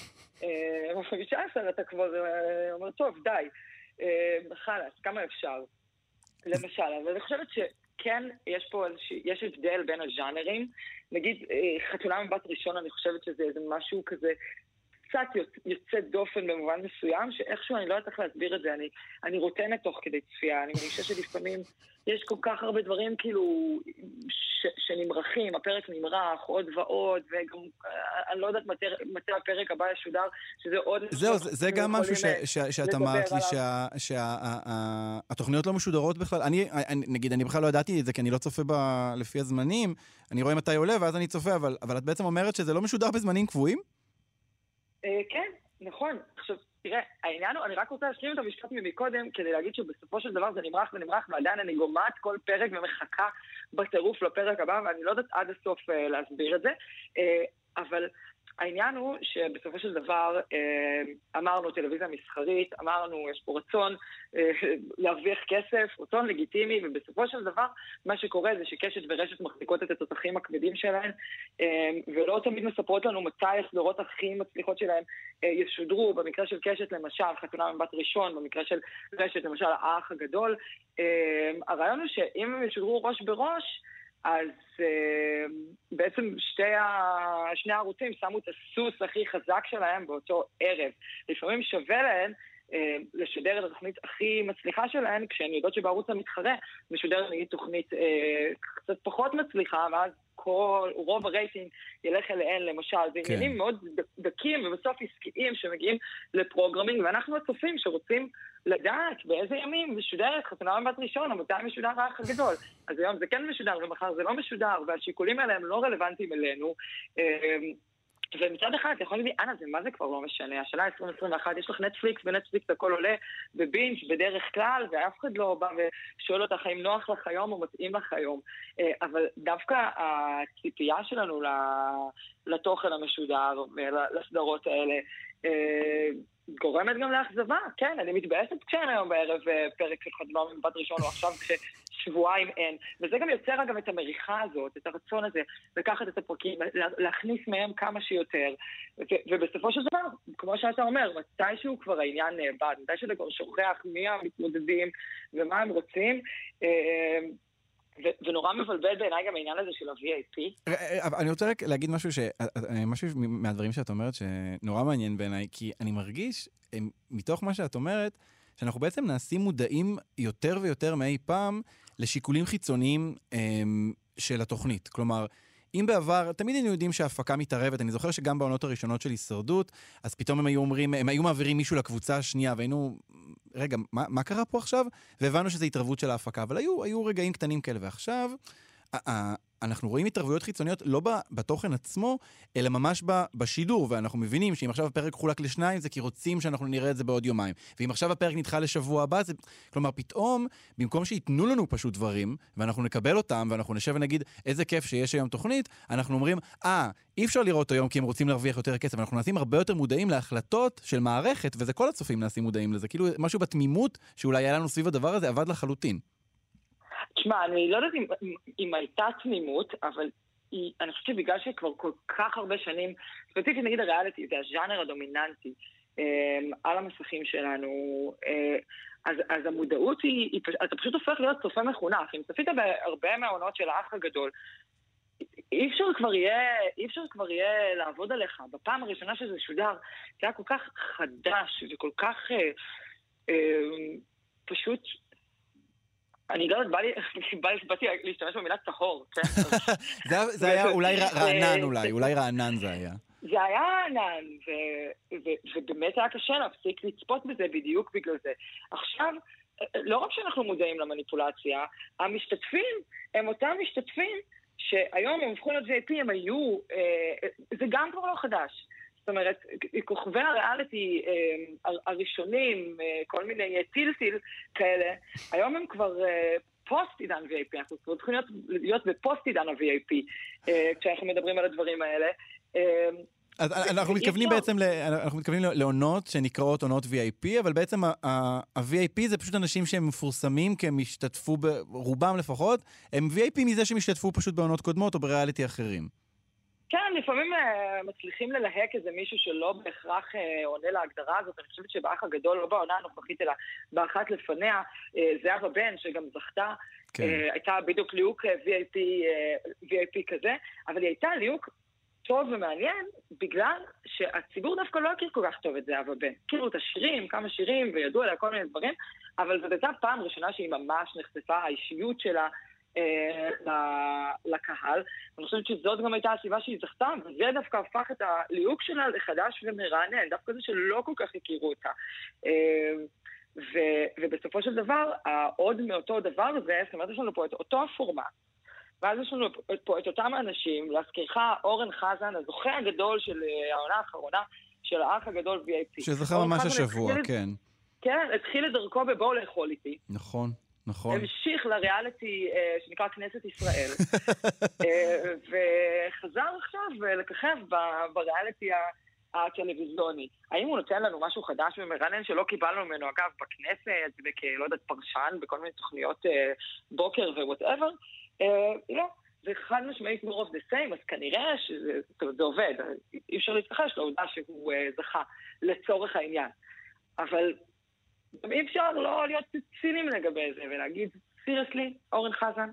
ב-חמש עשרה אתה כבר אומר, טוב, די, חלאס, כמה אפשר? למשל, אבל אני חושבת שכן יש פה איזושהי, יש הבדל בין הז'אנרים. נגיד, חתונה מבת ראשון, אני חושבת שזה איזה משהו כזה קצת יוצא דופן במובן מסוים, שאיכשהו אני לא יודעת איך להסביר את זה, אני, אני רוטנת תוך כדי צפייה, אני מרגישה שלפעמים יש כל כך הרבה דברים כאילו ש, שנמרחים, הפרק נמרח, עוד ועוד, וגם אני לא יודעת מתי, מתי הפרק הבא ישודר, שזה עוד... זהו, זה, זה גם משהו ש, ש, שאת אמרת לי, שהתוכניות לא משודרות בכלל, אני, אני, נגיד, אני בכלל לא ידעתי את זה, כי אני לא צופה ב, לפי הזמנים, אני רואה מתי עולה, ואז אני צופה, אבל, אבל את בעצם אומרת שזה לא משודר בזמנים קבועים? כן, נכון. עכשיו, תראה, העניין הוא, אני רק רוצה להשלים את המשפט ממקודם, כדי להגיד שבסופו של דבר זה נמרח ונמרח, ועדיין אני גומעת כל פרק ומחכה בטירוף לפרק הבא, ואני לא יודעת עד הסוף להסביר את זה, אבל העניין הוא שבסופו של דבר אמרנו טלוויזיה מסחרית, אמרנו יש פה רצון להרוויח כסף, רצון לגיטימי, ובסופו של דבר מה שקורה זה שקשת ורשת מחזיקות את התותחים הכבדים שלהן, ולא תמיד מספרות לנו מתי הסדרות הכי מצליחות שלהן ישודרו. במקרה של קשת למשל, חתונה מבת ראשון, במקרה של רשת למשל האח הגדול. הרעיון הוא שאם הם ישודרו ראש בראש, אז uh, בעצם שתי ה... שני הערוצים שמו את הסוס הכי חזק שלהם באותו ערב. לפעמים שווה להן uh, לשדר את התוכנית הכי מצליחה שלהן, כשהן יודעות שבערוץ המתחרה משדר נגיד תוכנית uh, קצת פחות מצליחה, ואז כל, רוב הרייטינג ילך אליהן למשל. זה כן. עניינים מאוד דקים ובסוף עסקיים שמגיעים לפרוגרמינג, ואנחנו הצופים שרוצים לדעת באיזה ימים משודרת חתונה מבת ראשון, או מתי משודר האח הגדול. אז היום זה כן משודר ומחר זה לא משודר, והשיקולים האלה הם לא רלוונטיים אלינו. ומצד אחד, אתה יכול להגיד, אנה, זה מה זה כבר לא משנה? השנה עשרים עשרים ואחת, יש לך נטפליקס, בנטפליקס הכל עולה בבינג' בדרך כלל, ואף אחד לא בא ושואל אותך האם נוח לך היום או מתאים לך היום. אבל דווקא הציפייה שלנו לתוכן המשודר ולסדרות האלה, גורמת גם לאכזבה, כן, אני מתבאסת כשאין היום בערב פרק של חתונה מבת ראשון, או עכשיו כשבועיים אין, וזה גם יוצר גם את המריחה הזאת, את הרצון הזה, לקחת את הפרקים, להכניס מהם כמה שיותר, ובסופו של דבר, כמו שאתה אומר, מתישהו כבר העניין נאבד, מתישהו אתה כבר שוכח מי המתמודדים ומה הם רוצים, ונורא נורא מבלבל בעיניי גם העניין הזה של ה-וי איי פי. אני רוצה רק להגיד משהו, משהו מהדברים שאת אומרת שנורא מעניין בעיניי, כי אני מרגיש, מתוך מה שאת אומרת, שאנחנו בעצם נעשים מודעים יותר ויותר מאי פעם לשיקולים חיצוניים של התוכנית. כלומר, אם בעבר, תמיד היינו יודעים שההפקה מתערבת, אני זוכר שגם בעונות הראשונות של הישרדות, אז פתאום הם היו אומרים, הם היו מעבירים מישהו לקבוצה השנייה, והיינו, רגע, מה, מה קרה פה עכשיו? והבנו שזה התערבות של ההפקה, אבל היו, היו רגעים קטנים כאלה, ועכשיו, אנחנו רואים התערבויות חיצוניות לא בתוכן עצמו, אלא ממש בשידור, ואנחנו מבינים שאם עכשיו הפרק חולק לשניים, זה כי רוצים שאנחנו נראה את זה בעוד יומיים. ואם עכשיו הפרק נדחה לשבוע הבא, זה... כלומר, פתאום, במקום שיתנו לנו פשוט דברים, ואנחנו נקבל אותם, ואנחנו נשב ונגיד, איזה כיף שיש היום תוכנית, אנחנו אומרים, אה, אי אפשר לראות היום כי הם רוצים להרוויח יותר כסף, אנחנו נעשים הרבה יותר מודעים להחלטות של מערכת, וזה כל הצופים נעשים מודעים לזה. כאילו, משהו בתמימות שאולי היה לנו סביב הדבר הזה, עבד לחלוטין. תשמע, אני לא יודעת אם, אם הייתה תמימות, אבל היא, אני חושבת שבגלל שכבר כל כך הרבה שנים, ספציפית נגיד הריאליטי, זה הז'אנר הדומיננטי אה, על המסכים שלנו, אה, אז, אז המודעות היא, היא, אתה פשוט הופך להיות צופה מחונך. אם צפית בהרבה מהעונות של האח הגדול, אי אפשר כבר יהיה, אי אפשר כבר יהיה לעבוד עליך. בפעם הראשונה שזה שודר, זה היה כל כך חדש וכל כך אה, אה, פשוט... אני לא יודעת, בא לי, באתי להשתמש במילה טהור, כן? זה היה אולי רענן אולי, אולי רענן זה היה. זה היה רענן, ובאמת היה קשה להפסיק לצפות בזה בדיוק בגלל זה. עכשיו, לא רק שאנחנו מודעים למניפולציה, המשתתפים הם אותם משתתפים שהיום הם הופכו להיות וי איי פי, הם היו, זה גם כבר לא חדש. זאת אומרת, כוכבי הריאליטי הראשונים, כל מיני טיל-טיל כאלה, היום הם כבר פוסט עידן וי איי פי, אנחנו צריכים להיות בפוסט עידן ה-וי איי פי, כשאנחנו מדברים על הדברים האלה. אז אנחנו מתכוונים בעצם, אנחנו מתכוונים לעונות שנקראות עונות וי איי פי, אבל בעצם ה-וי איי פי זה פשוט אנשים שהם מפורסמים, כי הם השתתפו, רובם לפחות, הם וי איי פי מזה שהם השתתפו פשוט בעונות קודמות או בריאליטי אחרים. כן, לפעמים uh, מצליחים ללהק איזה מישהו שלא בהכרח uh, עונה להגדרה הזאת. אני חושבת שבאח הגדול, לא בעונה הנוכחית, אלא באחת לפניה, uh, זהבה בן, שגם זכתה, כן. uh, הייתה בדיוק ליהוק uh, וי איי פי, uh, וי איי פי כזה, אבל היא הייתה ליהוק טוב ומעניין, בגלל שהציבור דווקא לא הכיר כל כך טוב את זהבה בן. הכירו את השירים, כמה שירים, וידעו עליה כל מיני דברים, אבל זאת הייתה פעם ראשונה שהיא ממש נחשפה, האישיות שלה, לקהל. אני חושבת שזאת גם הייתה הסיבה שהיא זכתה, וזה דווקא הפך את הליהוק שלה לחדש ומרענן, דווקא זה שלא כל כך הכירו אותה. ובסופו של דבר, עוד מאותו דבר הזה, זאת אומרת, יש לנו פה את אותו הפורמט, ואז יש לנו פה את אותם האנשים, להזכירך אורן חזן, הזוכה הגדול של העונה האחרונה, של האח הגדול וי איי פי. שזכה ממש השבוע, כן. כן, התחיל את דרכו בבואו לאכול איתי. נכון. נכון. המשיך לריאליטי uh, שנקרא כנסת ישראל, uh, וחזר עכשיו לככב בריאליטי הטלוויזיוני. האם הוא נותן לנו משהו חדש ומרענן שלא קיבלנו ממנו, אגב, בכנסת, וכלא יודעת, פרשן, בכל מיני תוכניות uh, בוקר ו-whatever? Uh, לא, זה חד משמעית more of the same, אז כנראה שזה זה עובד. אי אפשר להתכחש לעובדה שהוא uh, זכה לצורך העניין. אבל... גם אי אפשר לא להיות צינים לגבי זה, ולהגיד, סיריוסלי, אורן חזן.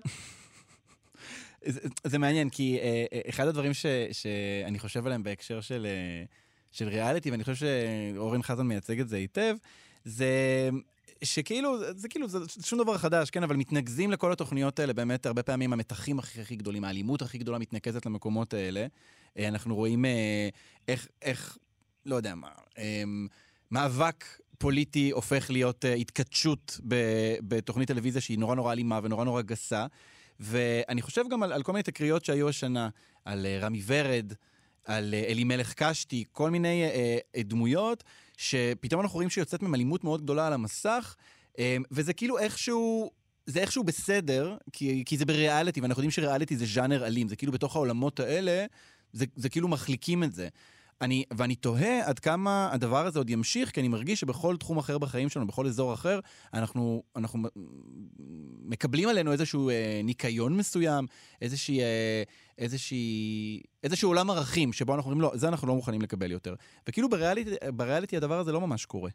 זה, זה מעניין, כי uh, אחד הדברים ש, שאני חושב עליהם בהקשר של, uh, של ריאליטי, ואני חושב שאורן חזן מייצג את זה היטב, זה שכאילו, זה כאילו, זה שום דבר חדש, כן, אבל מתנגזים לכל התוכניות האלה, באמת הרבה פעמים המתחים הכי, הכי גדולים, האלימות הכי גדולה מתנקזת למקומות האלה. Uh, אנחנו רואים uh, איך, איך, לא יודע מה, um, מאבק פוליטי הופך להיות uh, התקדשות ב- בתוכנית טלוויזיה שהיא נורא נורא אלימה ונורא נורא גסה, ואני חושב גם על, על כל מיני תקריות שהיו השנה, על uh, רמי ורד, על uh, אלימלך קשתי, כל מיני uh, uh, דמויות שפתאום אנחנו רואים שיוצאת עם אלימות מאוד גדולה על המסך, uh, וזה כאילו איכשהו, זה איכשהו בסדר, כי, כי זה בריאליטי, ואנחנו יודעים שריאליטי זה ז'אנר אלים, זה כאילו בתוך העולמות האלה, זה, זה כאילו מחליקים את זה. אני, ואני תוהה עד כמה הדבר הזה עוד ימשיך, כי אני מרגיש שבכל תחום אחר בחיים שלנו, בכל אזור אחר, אנחנו, אנחנו מקבלים עלינו איזשהו אה, ניקיון מסוים, איזושהי, אה, איזושהי, איזשהו עולם ערכים, שבו אנחנו אומרים, לא, זה אנחנו לא מוכנים לקבל יותר. וכאילו בריאליטי, בריאליטי הדבר הזה לא ממש קורה.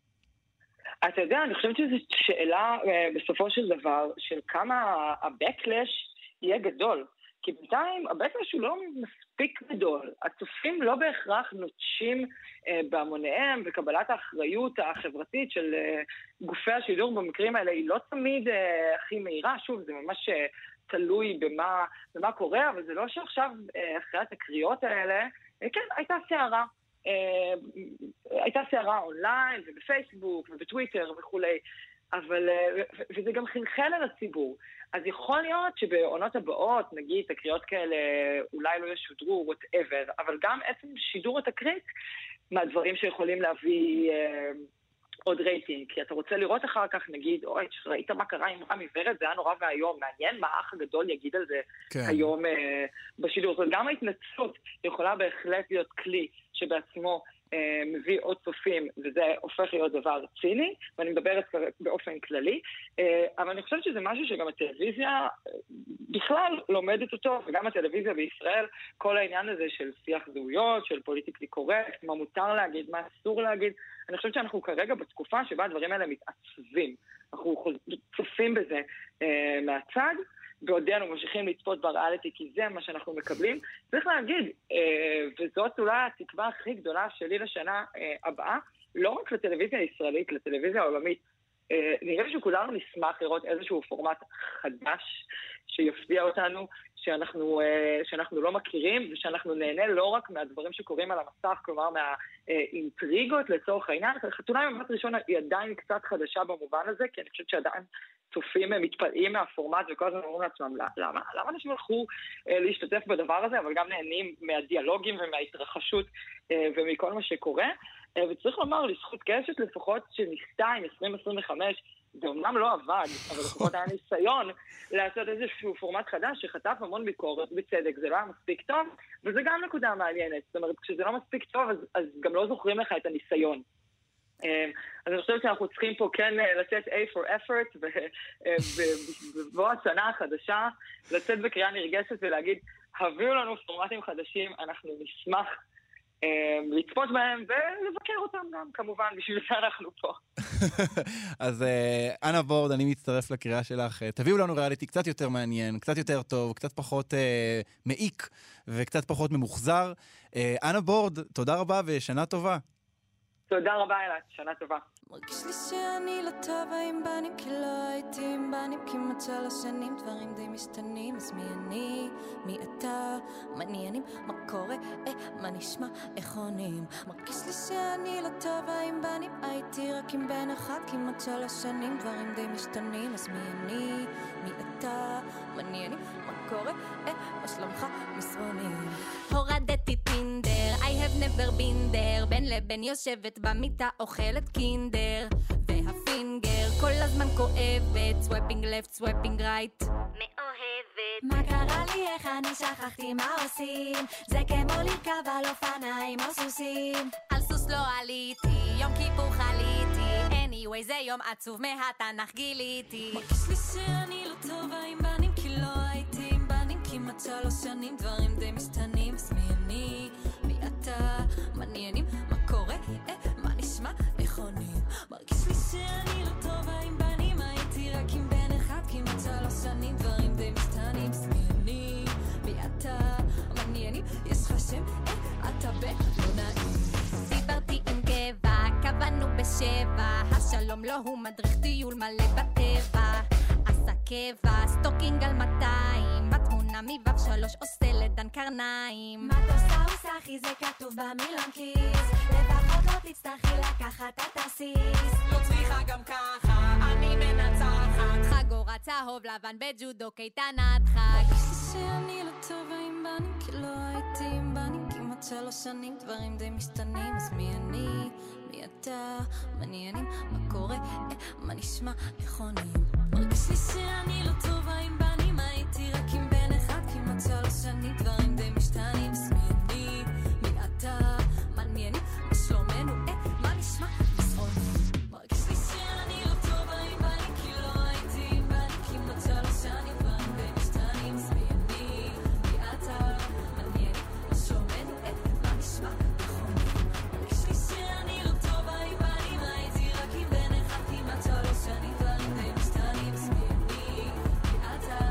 אתה יודע, אני חושבת שזו שאלה, בסופו של דבר, של כמה ה-backlash יהיה גדול. כי בינתיים הבקלש הוא לא מספיק גדול. הצופים לא בהכרח נוטשים אה, בהמוניהם, וקבלת האחריות החברתית של אה, גופי השידור במקרים האלה היא לא תמיד אה, הכי מהירה. שוב, זה ממש אה, תלוי במה, במה קורה, אבל זה לא שעכשיו אה, אחרי התקריות האלה, אה, כן, הייתה סערה. אה, הייתה סערה אונליין ובפייסבוק ובטוויטר וכולי. אבל, וזה גם חלחל על הציבור. אז יכול להיות שבעונות הבאות, נגיד, תקריות כאלה אולי לא ישודרו, whatever, אבל גם עצם שידור התקרית, מהדברים שיכולים להביא אה, עוד רייטינג. כי אתה רוצה לראות אחר כך, נגיד, אוי, ראית מה קרה עם רמי ורד, זה היה נורא והיום, מעניין מה האח הגדול יגיד על זה כן. היום אה, בשידור. זאת גם ההתנצלות יכולה בהחלט להיות כלי שבעצמו, מביא עוד צופים, וזה הופך להיות דבר ציני, ואני מדברת באופן כללי, אבל אני חושבת שזה משהו שגם הטלוויזיה בכלל לומדת אותו, וגם הטלוויזיה בישראל, כל העניין הזה של שיח זהויות, של פוליטיקלי קורקט, מה מותר להגיד, מה אסור להגיד, אני חושבת שאנחנו כרגע בתקופה שבה הדברים האלה מתעצבים, אנחנו צופים בזה מהצד, בעודנו ממשיכים לצפות בריאליטי, כי זה מה שאנחנו מקבלים. צריך להגיד, וזאת אולי התקווה הכי גדולה שלי לשנה הבאה, לא רק לטלוויזיה הישראלית, לטלוויזיה העולמית. נראה שכולנו נשמח לראות איזשהו פורמט חדש שיפתיע אותנו, שאנחנו, שאנחנו לא מכירים, ושאנחנו נהנה לא רק מהדברים שקורים על המסך, כלומר מהאינטריגות לצורך העניין. חתונה במבט ראשון היא עדיין קצת חדשה במובן הזה, כי אני חושבת שעדיין צופים מתפלאים מהפורמט וכל הזמן אומרים לעצמם, למה? למה אנשים הלכו להשתתף בדבר הזה, אבל גם נהנים מהדיאלוגים ומההתרחשות ומכל מה שקורה. וצריך לומר, לזכות קשת לפחות שניסתה עם עשרים עשרים וחמש, זה אומנם לא עבד, אבל לפחות היה ניסיון לעשות איזשהו פורמט חדש שחטף המון ביקורת בצדק, זה לא היה מספיק טוב, וזה גם נקודה מעניינת. זאת אומרת, כשזה לא מספיק טוב, אז, אז גם לא זוכרים לך את הניסיון. אז אני חושבת שאנחנו צריכים פה כן לצאת A for effort, ובבוא השנה החדשה, לצאת בקריאה נרגשת ולהגיד, הביאו לנו פורמטים חדשים, אנחנו נשמח לצפות בהם ולבקר אותם גם, כמובן, בשביל זה אנחנו פה. אז אנה בורד, אני מצטרף לקריאה שלך. תביאו לנו ריאליטי קצת יותר מעניין, קצת יותר טוב, קצת פחות מעיק וקצת פחות ממוחזר. אנה בורד, תודה רבה ושנה טובה. תודה רבה אלת, שנה טובה. מרגיש לי שאני לא טובה עם בנים, כי לא הייתי עם בנים כמעט שלוש שנים, דברים די משתנים, אז מי אני, מי אתה, מעניינים, מה קורה, אה, מה נשמע, איך עונים. מרגיש לי שאני לא טובה עם בנים, הייתי רק עם בן אחד כמעט שלוש שנים, דברים די משתנים, אז מי אני, מי אתה, מעניינים, מה קורה, אה, מה שלומך, מסרונים. הורדתי טינדר, I have never been there, בין לבין יושבת במיטה, אוכלת קינדר, והפינגר כל הזמן כואבת, סוואפינג לפט, סוואפינג רייט, מאוהבת. מה קרה לי, איך אני שכחתי מה עושים, זה כמו לרכב על אופניים או סוסים, על סוס לא עליתי, יום כיפור חליתי, anyway זה יום עצוב מהתנ"ך גיליתי. מרגיש לי שאני לא טובה עם בנים, כי לא הייתי עם בנים כמעט שלוש שנים, דברים די משתנים, אז מי אני, מי אתה, מעניינים, מה קורה, אה, מה נשמע, איך עונים. מרגיש לי שאני לא טובה עם בנים, הייתי רק עם בן אחד כמעט שלוש שנים, דברים די משתנים, אז מי אני, מי אתה, מעניינים, יש לך שם, אה, אתה בלא נעים. דיברתי עם גבע, קבענו בשבע, השלום לא הוא מדריך טיול מלא בטבע, עשה קבע, סטוקינג על מאתיים, בתמונה מבב שלוש עושה לדן קרניים. מה תעשה וסחי זה כתוב במילון כיס, לפחות לא תצטרכי לקחת את הסיס, לא צריכה גם ככה, אני מנצחת, חגורה צהוב לבן בג'ודו קייטנת חג. מרגיש לי שאני לא טובה עם בנים, כי לא הייתי עם בנים כמעט שלוש שנים, דברים די משתנים, אז מי אני, מי אתה, מעניינים, מה קורה, אה, מה נשמע, איך עונים. מרגיש לי שאני לא טובה עם בנים, הייתי רק עם בן אחד כמעט שלוש שנים, דברים די משתנים, אז מי אני, מי אתה, מעניינים, מה שלומנו, אה, מה נשמע, מסרונים. מרגיש לי שאני לא טובה עם בנים, כי לא הייתי עם בנים כמעט שלוש שנים, דברים די משתנים, אז מי אני, מי אתה, מעניינים, מה שלומנו, אה, מה נשמע, נכונים. מרגיש לי שאני לא טובה עם בנים, הייתי רק עם בן אחד כמעט שלוש שנים, דברים די משתנים, אז מי אני, מי אתה,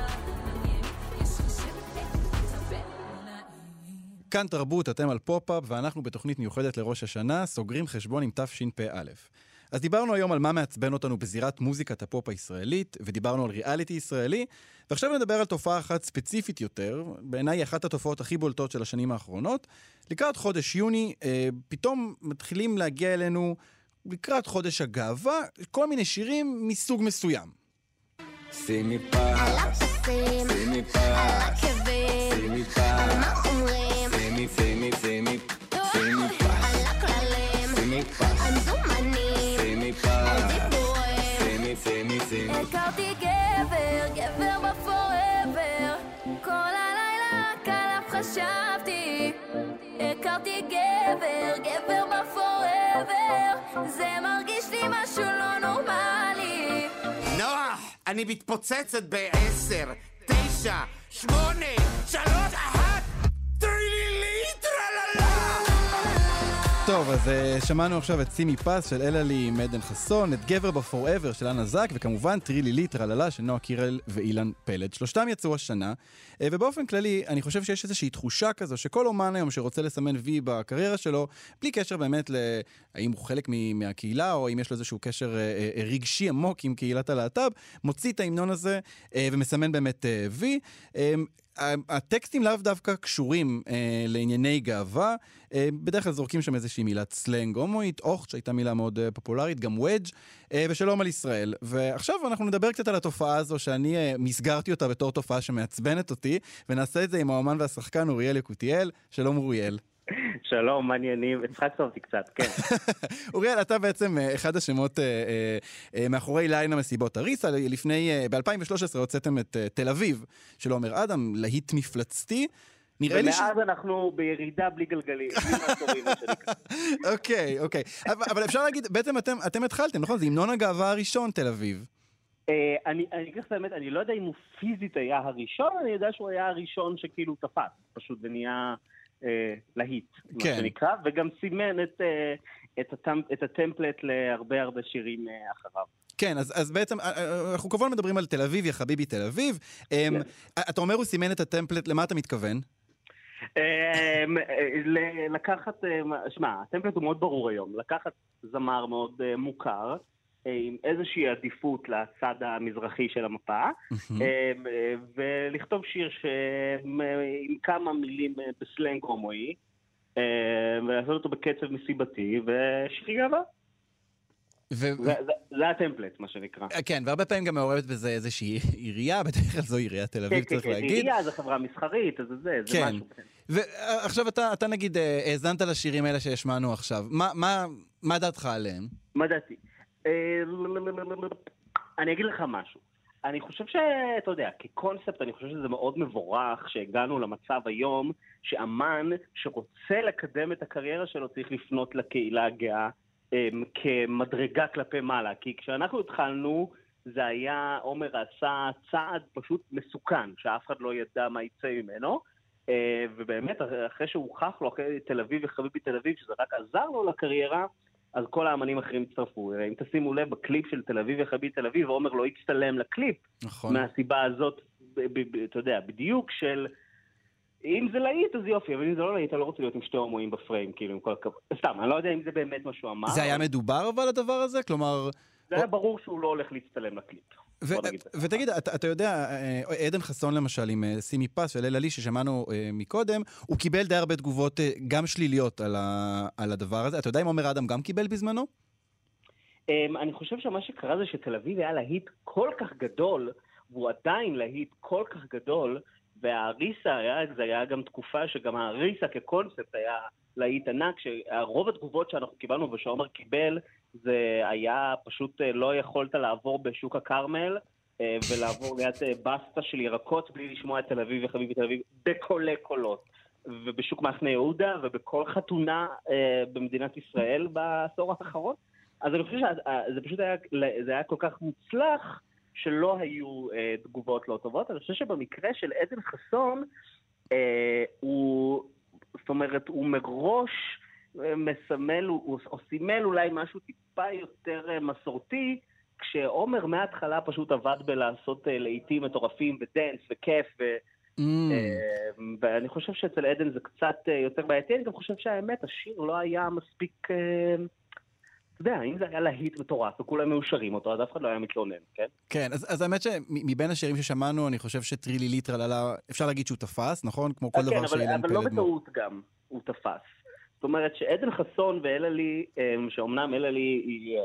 כאן תרבות, אתם על פופ-אפ, ואנחנו בתוכנית מיוחדת לראש השנה, סוגרים חשבון עם תשפ"א. אז דיברנו היום על מה מעצבן אותנו בזירת מוזיקת הפופ הישראלית, ודיברנו על ריאליטי ישראלי, ועכשיו נדבר על תופעה אחת ספציפית יותר, בעיניי אחת התופעות הכי בולטות של השנים האחרונות. לקראת חודש יוני, אה, פתאום מתחילים להגיע אלינו, לקראת חודש הגאווה, כל מיני שירים מסוג מסוים. שימי פס, שימי פס, שימי פס, שימי, שימי, שימי, שימי פס, שימי פס, שימי פס, שימי, שימי, שימי. הכרתי גבר, גבר בפוראבר, כל הלילה כעליו חשבתי. הכרתי גבר, גבר בפוראבר, זה מרגיש לי משהו לא נורמלי. נוח, אני מתפוצצת בעשר, תשע, שמונה, שלוש, אחת, טריליליטר, לללה. טוב, אז uh, שמענו עכשיו את שימי פס של אלעלי עם עדן חסון, את גבר בפוראבר של אנה זק, וכמובן טריליליטר הללה של נועה קירל ואילן פלד. שלושתם יצאו השנה, uh, ובאופן כללי אני חושב שיש איזושהי תחושה כזו שכל אומן היום שרוצה לסמן וי בקריירה שלו, בלי קשר באמת להאם הוא חלק מהקהילה, או אם יש לו איזשהו קשר uh, uh, רגשי עמוק עם קהילת הלהט"ב, מוציא את ההמנון הזה uh, ומסמן באמת uh, וי. Uh, הטקסטים לאו דווקא קשורים אה, לענייני גאווה, אה, בדרך כלל זורקים שם איזושהי מילת סלנג הומואית, אוכט שהייתה מילה מאוד אה, פופולרית, גם וודג' אה, ושלום על ישראל. ועכשיו אנחנו נדבר קצת על התופעה הזו שאני אה, מסגרתי אותה בתור תופעה שמעצבנת אותי, ונעשה את זה עם האומן והשחקן אוריאל יקותיאל. שלום אוריאל. שלום, מעניינים, הצחקת אותי קצת, כן. אוריאל, אתה בעצם אחד השמות מאחורי ליין המסיבות הריסה. לפני, ב-אלפיים ושלוש עשרה הוצאתם את תל אביב, של עומר אדם, להיט מפלצתי. ומאז אנחנו בירידה בלי גלגלים. אוקיי, אוקיי. אבל אפשר להגיד, בעצם אתם התחלתם, נכון? זה המנון הגאווה הראשון, תל אביב. אני אגיד לך באמת, אני לא יודע אם הוא פיזית היה הראשון, אני יודע שהוא היה הראשון שכאילו תפס, פשוט ונהיה... להיט, מה שנקרא, וגם סימן את, את, הטמפ, את הטמפלט להרבה הרבה שירים אחריו. כן, אז, אז בעצם, אנחנו כמובן מדברים על תל אביב, יא חביבי תל אביב. כן. אתה אומר הוא סימן את הטמפלט, למה אתה מתכוון? לקחת, שמה, הטמפלט הוא מאוד ברור היום, לקחת זמר מאוד מוכר, עם איזושהי עדיפות לצד המזרחי של המפה, ולכתוב שיר עם כמה מילים בסלנג הומואי, ולעשות אותו בקצב מסיבתי, ושיר גאווה. זה הטמפלט, מה שנקרא. כן, והרבה פעמים גם מעורבת בזה איזושהי עירייה, בדרך כלל זו עיריית תל אביב, צריך להגיד. עירייה זה חברה מסחרית, אז זה משהו. ועכשיו אתה נגיד, האזנת לשירים האלה שהשמענו עכשיו, מה דעתך עליהם? מה דעתי? אני אגיד לך משהו. אני חושב שאתה יודע, כקונספט אני חושב שזה מאוד מבורך שהגענו למצב היום שאמן שרוצה לקדם את הקריירה שלו צריך לפנות לקהילה הגאה כמדרגה כלפי מעלה. כי כשאנחנו התחלנו זה היה, עומר עשה צעד פשוט מסוכן שאף אחד לא ידע מה יצא ממנו, ובאמת אחרי שהוא הוכח לו, אחרי תל אביב וחביבי תל אביב שזה רק עזר לו לקריירה, אז כל האמנים אחרים הצטרפו. אם תשימו לב, בקליפ של תל אביב וחביבי תל אביב, עומר לא הצטלם לקליפ. נכון. מהסיבה הזאת, אתה יודע, בדיוק של... אם זה להיט, אז יופי, אבל אם זה לא להיט, אני לא רוצה להיות עם שתי הומואים בפריים, כאילו, עם כל הכבוד. סתם, אני לא יודע אם זה באמת מה שהוא אמר. זה היה מדובר אבל הדבר הזה? כלומר... זה היה ברור שהוא לא הולך להצטלם לקליפ. ותגיד, אתה יודע, עדן חסון למשל עם שימי פס של אלעלי ששמענו מקודם, הוא קיבל די הרבה תגובות גם שליליות על הדבר הזה. אתה יודע אם עומר אדם גם קיבל בזמנו? אני חושב שמה שקרה זה שתל אביב היה להיט כל כך גדול, והוא עדיין להיט כל כך גדול, והאריסה היה, זה היה גם תקופה שגם האריסה כקונספט היה להיט ענק, שרוב התגובות שאנחנו קיבלנו ושעומר קיבל, זה היה פשוט לא יכולת לעבור בשוק הקרמל, ולעבור ליד בסטה של ירקות בלי לשמוע את תל אביב וחביבי תל אביב בקולי קולות, ובשוק מחנה יהודה ובכל חתונה במדינת ישראל בעשור האחרון. אז אני חושב שזה פשוט היה, זה היה כל כך מוצלח, שלא היו אה, תגובות לא טובות. אני חושב שבמקרה של עדן חסון, אה, הוא, זאת אומרת, הוא מראש אה, מסמל, הוא, או סימל אולי משהו טיפה יותר אה, מסורתי, כשעומר מההתחלה פשוט עבד בלעשות אה, לעיתים מטורפים ודנס וכיף, ו, ואני חושב שאצל עדן זה קצת יותר בעייתי, אני גם חושב שהאמת, השיר לא היה מספיק, אתה יודע, אם זה היה להיט מטורף, וכולם מאושרים אותו, אז אף אחד לא היה מתלונן, כן? כן, אז האמת שמבין השירים ששמענו, אני חושב שטרילי ליטרלה, אפשר להגיד שהוא תפס, נכון? כמו כל דבר שאילן פלד. אבל לא בטעות גם, הוא תפס. זאת אומרת שעדן חסון ואללי, שאומנם אללי היא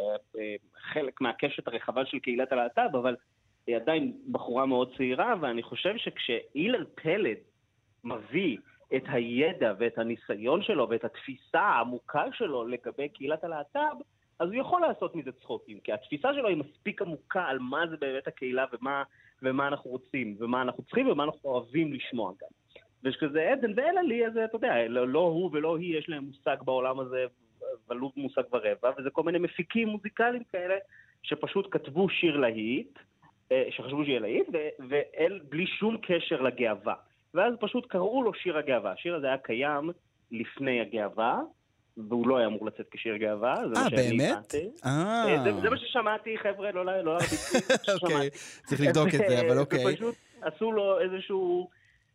חלק מהקשת הרחבה של קהילת הלהט"ב, אבל היא עדיין בחורה מאוד צעירה, ואני חושב שכשאילן פלד מביא את הידע ואת הניסיון שלו ואת התפיסה העמוקה שלו לגבי קהילת הלהט"ב, אז הוא יכול לעשות מזה צחוקים, כי התפיסה שלו היא מספיק עמוקה על מה זה באמת הקהילה ומה, ומה אנחנו רוצים, ומה אנחנו צריכים ומה אנחנו אוהבים לשמוע גם. וכזה עדן ואללי, אז אתה יודע, לא הוא ולא היא, יש להם מושג בעולם הזה, ולו מושג ורבע, וזה כל מיני מפיקים מוזיקליים כאלה, שפשוט כתבו שיר להיט, שחשבו שיהיה להיט, ואל בלי שום קשר לגאווה. ואז פשוט קראו לו שיר הגאווה. השיר הזה היה קיים לפני הגאווה, והוא לא היה אמור לצאת כשיר גאווה. אה, באמת? זה מה ששמעתי, חבר'ה, לא להרביץ. אוקיי, צריך לבדוק את זה, אבל אוקיי. ופשוט עשו לו איזשהו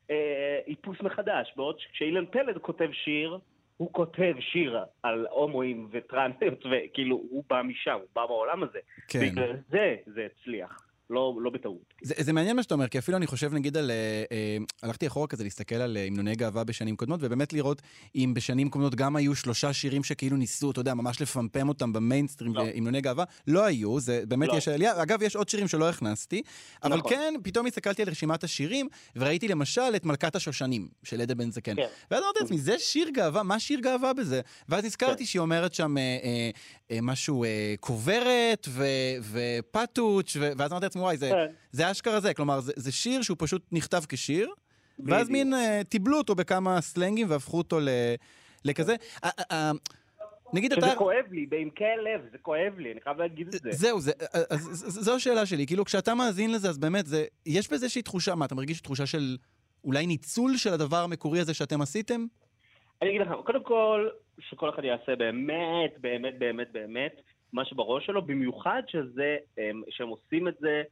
איפוס מחדש, בעוד כשאילן פלד כותב שיר, הוא כותב שיר על הומואים וטרנסים, וכאילו הוא בא משם, הוא בא בעולם הזה. בגלל זה זה הצליח. לא, לא בטעות. זה, זה מעניין מה שאתה אומר, כי אפילו אני חושב, נגיד, על, אה, אה, הלכתי אחורה כזה להסתכל על המנוני גאווה בשנים קודמות, ובאמת לראות אם בשנים קודמות גם היו שלושה שירים שכאילו ניסו, אתה יודע, ממש לפמפם אותם במיינסטרים, לא. המנוני גאווה, לא היו, זה באמת לא. יש עלייה, אגב, יש עוד שירים שלא הכנסתי, אבל נכון. כן, פתאום הסתכלתי על רשימת השירים, וראיתי למשל את מלכת השושנים, של עדה בן זקן. כן. ואז אמרתי לעצמי, זה שיר גאווה, מה שיר גאווה בזה? ואז נזכרתי כן. שהיא אומרת שם אה, אה, אה, משהו אה, קוברת ו, ופטוץ', ו, ואז אמרתי לעצמי, וואי, זה, כן. זה אשכרה זה, כלומר, זה, זה שיר שהוא פשוט נכתב כשיר, בדיוק. ואז מין uh, טיבלו אותו בכמה סלנגים והפכו אותו ל, לכזה. Uh, uh, uh, נגיד שזה אתה... כואב לי, בעמקי הלב, זה כואב לי, אני חייב להגיד את זה. זהו, זה, אז, זו השאלה שלי, כאילו כשאתה מאזין לזה, אז באמת, זה, יש בזה שהיא תחושה, מה, אתה מרגיש תחושה של אולי ניצול של הדבר המקורי הזה שאתם עשיתם? אני אגיד לך, קודם כל, שכל אחד יעשה באמת, באמת, באמת, באמת, מה שבראש שלו, במיוחד שזה, שהם עושים את זה,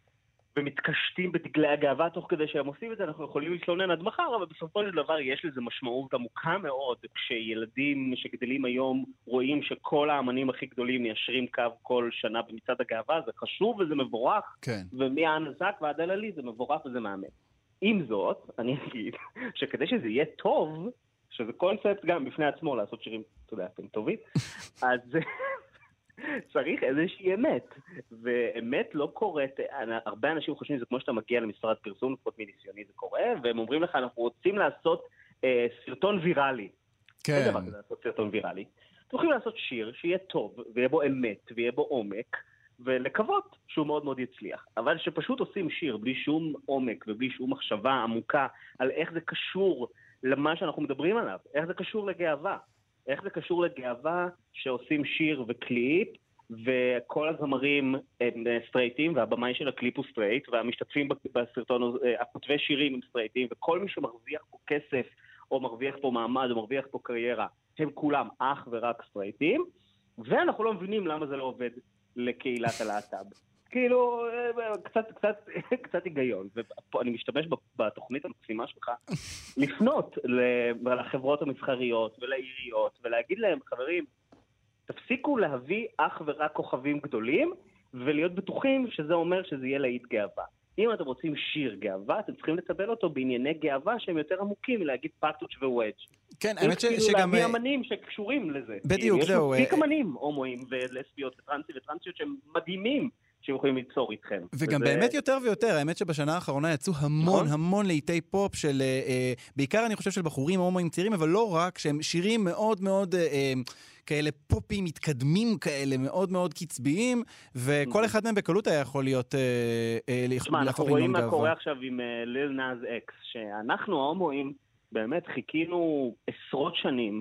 ומתקשטים בדגלי הגאווה תוך כדי שהם עושים את זה, אנחנו יכולים להתלונן עד מחר, אבל בסופו של דבר יש לזה משמעות עמוקה מאוד, כשילדים שגדלים היום רואים שכל האמנים הכי גדולים מיישרים קו כל שנה במצעד הגאווה, זה חשוב וזה מבורך, כן. ומהנזק ועד אללי זה מבורך וזה מאמן. עם זאת, אני אגיד שכדי שזה יהיה טוב, שזה קונספט גם בפני עצמו לעשות שירים, אתה יודע, אתם טובים, אז... צריך איזושהי אמת, ואמת לא קורית, הרבה אנשים חושבים שזה כמו שאתה מגיע למשרד פרסום, לפחות מניסיוני זה קורה, והם אומרים לך, אנחנו רוצים לעשות אה, סרטון ויראלי. כן. אין דבר כזה לעשות סרטון ויראלי. אתם יכולים לעשות שיר שיהיה טוב, ויהיה בו אמת, ויהיה בו עומק, ולקוות שהוא מאוד מאוד יצליח. אבל שפשוט עושים שיר בלי שום עומק, ובלי שום מחשבה עמוקה, על איך זה קשור למה שאנחנו מדברים עליו, איך זה קשור לגאווה. איך זה קשור לגאווה שעושים שיר וקליפ, וכל הזמרים הם סטרייטים, והבמאי של הקליפ הוא סטרייט, והמשתתפים בסרטון, הכותבי שירים הם סטרייטים, וכל מי שמרוויח פה כסף, או מרוויח פה מעמד, או מרוויח פה קריירה, הם כולם אך ורק סטרייטים, ואנחנו לא מבינים למה זה לא עובד לקהילת הלהט"ב. כאילו, קצת, קצת, קצת היגיון, ואני משתמש בתוכנית המקסימה שלך, לפנות לחברות המסחריות ולעיריות, ולהגיד להם, חברים, תפסיקו להביא אך ורק כוכבים גדולים, ולהיות בטוחים שזה אומר שזה יהיה להיט גאווה. אם אתם רוצים שיר גאווה, אתם צריכים לטפל אותו בענייני גאווה שהם יותר עמוקים מלהגיד פטוץ' ווודג'. כן, האמת שגם... כאילו להביא אמנים שקשורים לזה. בדיוק, זהו. יש מספיק אמנים, הומואים ולסביות וטרנסים וטרנסיות שהם מדהימים. שיכולים ליצור איתכם. וגם וזה... באמת יותר ויותר, האמת שבשנה האחרונה יצאו המון המון לעיתי פופ של, אה, בעיקר אני חושב של בחורים הומואים צעירים, אבל לא רק, שהם שירים מאוד מאוד אה, כאלה פופים מתקדמים כאלה, מאוד מאוד קצביים, וכל אחד מהם בקלות היה יכול להיות אה, אה, שמה, אנחנו רואים מה קורה עכשיו עם uh, ליל נאז אקס, שאנחנו ההומואים באמת חיכינו עשרות שנים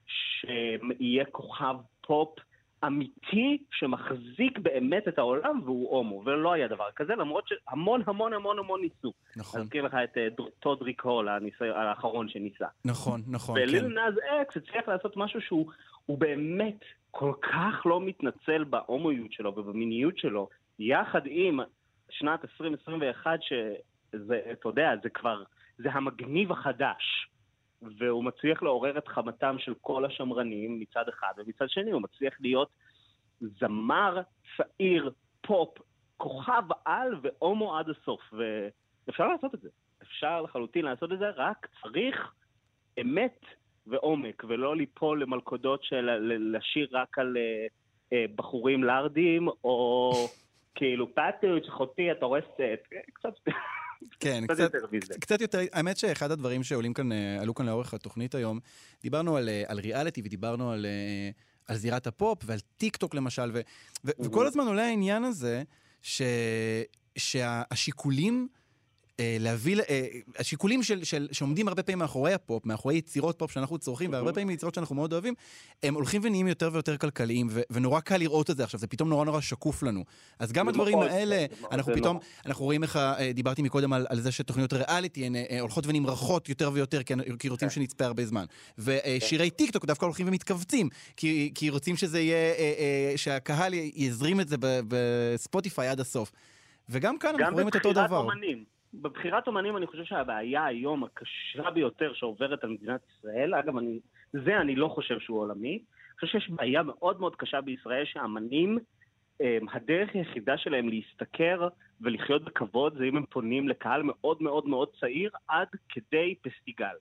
שיהיה כוכב פופ אמיתי שמחזיק באמת את העולם והוא הומו, ולא היה דבר כזה, למרות שהמון המון המון המון ניסו. נכון. אזכיר לך את טודריק הול, האחרון שניסה. נכון, נכון. וליל נאז אקס הצליח לעשות משהו שהוא באמת כל כך לא מתנצל בהומואיות שלו ובמיניות שלו, יחד עם שנת עשרים עשרים ואחת שזה, אתה יודע, זה כבר זה המגניב החדש. והוא מצליח לעורר את חמתם של כל השמרנים מצד אחד, ומצד שני הוא מצליח להיות זמר, צעיר, פופ, כוכב על והומו עד הסוף. ואפשר לעשות את זה. אפשר לחלוטין לעשות את זה, רק צריך אמת ועומק, ולא ליפול למלכודות של לשיר רק על אה, בחורים לרדים, או כאילו פטריוט, שחותי, אתה רואה סט, קצת... כן, קצת, קצת, קצת יותר, האמת שאחד הדברים שעולים כאן, עלו כאן לאורך התוכנית היום, דיברנו על, על ריאליטי ודיברנו על, על זירת הפופ ועל טיק טוק למשל, ו, ו, וכל הזמן עולה העניין הזה, ש, שהשיקולים, להביא, השיקולים של, של, שעומדים הרבה פעמים מאחורי הפופ, מאחורי יצירות פופ שאנחנו צורכים, והרבה פעמים יצירות שאנחנו מאוד אוהבים, הם הולכים ונהיים יותר ויותר כלכליים, ו, ונורא קל לראות את זה עכשיו, זה פתאום נורא נורא שקוף לנו. אז גם הדברים האלה, אנחנו פתאום, אנחנו רואים איך, דיברתי מקודם על, על זה שתוכניות ריאליטי, הן הולכות ונמרחות יותר ויותר, כי רוצים שנצפה הרבה זמן. ושירי טיק טוק דווקא הולכים ומתכווצים, כי, כי רוצים שזה יהיה, שהקהל יזרים את זה בספוטיפיי עד הסוף. וגם כאן אנחנו רואים את אותו דבר. בבחירת אומנים אני חושב שהבעיה היום הקשה ביותר שעוברת על מדינת ישראל, אגב, אני, זה אני לא חושב שהוא עולמי, אני חושב שיש בעיה מאוד מאוד קשה בישראל שהאמנים, הדרך היחידה שלהם להסתכר ולחיות בכבוד, זה אם הם פונים לקהל מאוד מאוד מאוד צעיר עד כדי פסטיגל.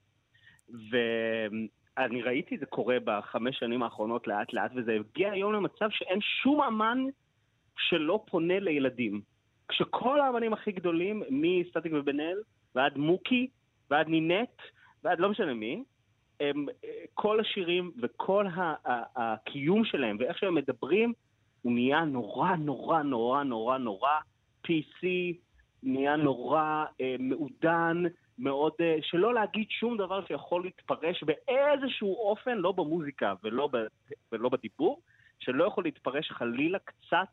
ואני ראיתי זה קורה בחמש שנים האחרונות לאט לאט, וזה הגיע היום למצב שאין שום אמן שלא פונה לילדים. כשכל האמנים הכי גדולים, מסטטיק ובן אל, ועד מוקי, ועד נינט, ועד לא משנה מי, הם, כל השירים וכל הקיום שלהם, ואיך שהם מדברים, הוא נהיה נורא נורא נורא נורא נורא פי סי, נהיה נורא אה, מעודן, מאוד, אה, שלא להגיד שום דבר שיכול להתפרש באיזשהו אופן, לא במוזיקה ולא, ב, ולא בדיבור, שלא יכול להתפרש חלילה קצת,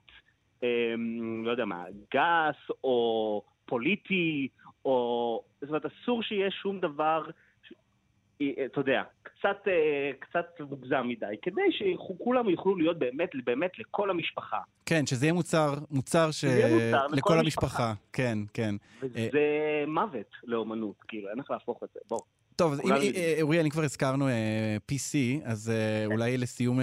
לא יודע מה, גס או פוליטי, או זאת אומרת, אסור שיהיה שום דבר, אתה יודע, קצת, קצת מוגזם מדי, כדי שכולם יוכלו להיות באמת, באמת לכל המשפחה. כן, שזה יהיה מוצר, מוצר ש... לכל המשפחה. כן, כן. וזה מוות לאומנות, כאילו, אין לך להפוך את זה, בואו. טוב, אורי, אני כבר הזכרנו פי סי, אז אולי לסיום...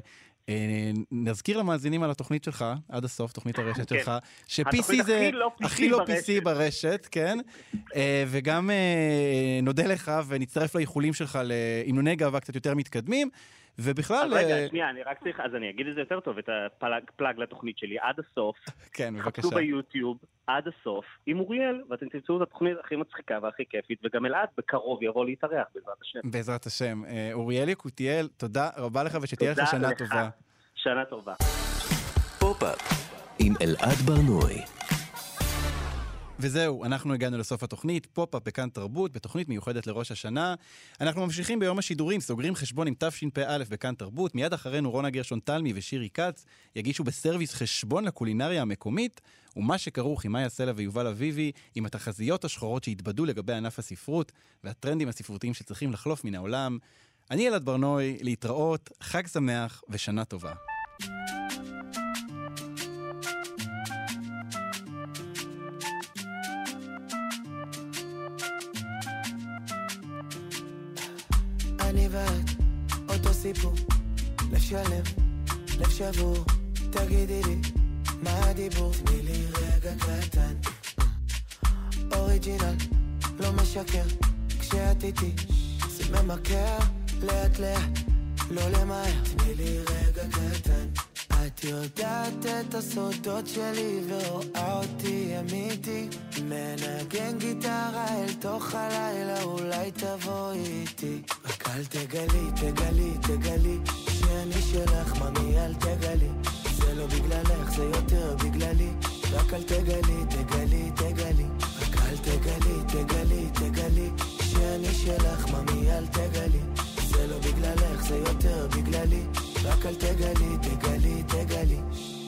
נזכיר למאזינים על התוכנית שלך, עד הסוף, תוכנית הרשת שלך, ש-פי סי זה הכי לא פי סי ברשת, כן? וגם נודה לך ונצטרף לאיחולים שלך לאימוני גאווה קצת יותר מתקדמים, ובכלל... רגע, שנייה, אני רק צריך, אז אני אגיד את זה יותר טוב, את הפלאג לתוכנית שלי, עד הסוף. כן, בבקשה. חפשו ביוטיוב, עד הסוף, עם אוריאל, ואתם תמצאו את התוכנית הכי מצחיקה והכי כיפית, וגם אלעד בקרוב יבוא להתארח, בעזרת השם. בעזרת השם. אוריאל יקותיאל, תודה רבה לך, ושתהיה לך שנה טובה. שנה טובה. פופ-אפ עם אלעד ברנועי. וזהו, אנחנו הגענו לסוף התוכנית, פופ-אפ בכאן תרבות, בתוכנית מיוחדת לראש השנה. אנחנו ממשיכים ביום השידורים, סוגרים חשבון עם תשפ"א בכאן תרבות. מיד אחרינו רונה גרשון תלמי ושירי כץ יגישו בסרוויס חשבון לקולינריה המקומית, ומה שכרוך עם מאיה סלע ויובל אביבי, עם התחזיות השחורות שהתבדו לגבי ענף הספרות, והטרנדים הספרותיים שצריכים לחלוף מן העולם. אני אלעד ברנועי, להתראות, חג שמח ושנה טובה. אני ואת, אותו סיפור, לב שלם, לב שבור, תגידי לי, מה הדיבור? תני לי רגע קטן, אוריג'ינל, לא משקר, כשאת איתי, זה ממכר, לאט לאט, לא למהר, תני לי רגע קטן, את יודעת את הסודות שלי ורואה אותי אמיתי, מנגן גיטרה אל תוך הלילה, אולי תבואי איתי, רק אל תגלי, תגלי, תגלי, שאני שלך, ממי אל תגלי, זה לא בגללך, זה יותר בגללי, רק אל תגלי, תגלי, תגלי, רק אל תגלי, תגלי, תגלי, שאני שלך, ממי אל תגלי, זה לא בגללך, זה יותר בגללי, רק אל תגלי, תגלי, תגלי.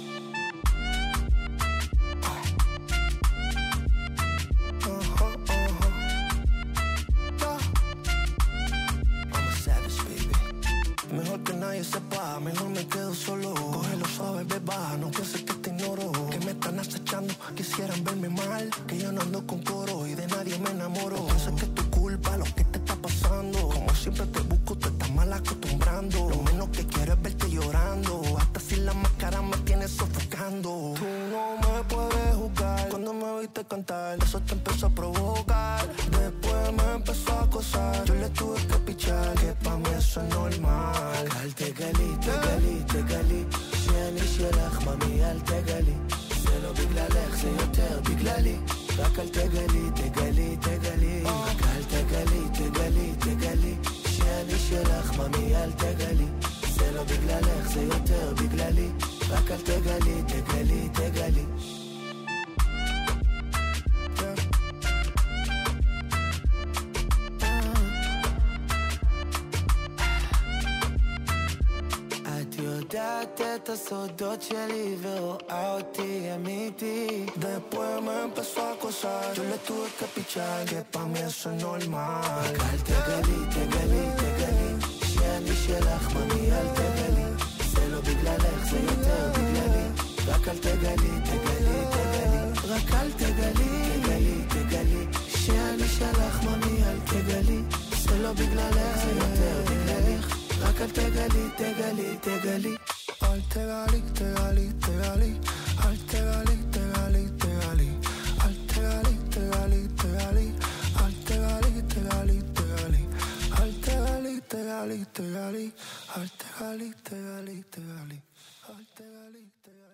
Mejor que nadie sepa, mejor me quedo solo. Cógelo suave, beba, no pienses que te ignoro. Que me están acechando, quisieran verme mal. Que yo no ando con coro y de nadie me enamoro. Pienso que tu רק אל תגלי, תגלי, תגלי, רק אל תגלי, תגלי, תגלי, שאני שלך, ממי אל תגלי, זה לא בגללך, זה יותר בגללי, רק אל תגלי, תגלי, תגלי. יודעת את הסודות שלי ורואה אותי אמיתי. Después me empezó a acosar, yo le tuve que pichar, que pa' mí eso es normal. רק אל תגלי, תגלי, תגלי, שאני שלך, ממי אל תגלי, זה לא בגללך, זה יותר בגללי, רק אל תגלי, תגלי, תגלי, רק אל תגלי, תגלי, תגלי, שאני שלך, ממי אל תגלי, זה לא בגללך, זה יותר בגללך, רק אל תגלי, תגלי, תגלי. אל תגלי, תגלי, תגלי, אל תגלי, תגלי, תגלי, אל תגלי, תגלי, תגלי, אל תגלי, תגלי, תגלי, אל תגלי, תגלי, תגלי, אל תגלי, תגלי, תגלי, אל תגלי, תגלי.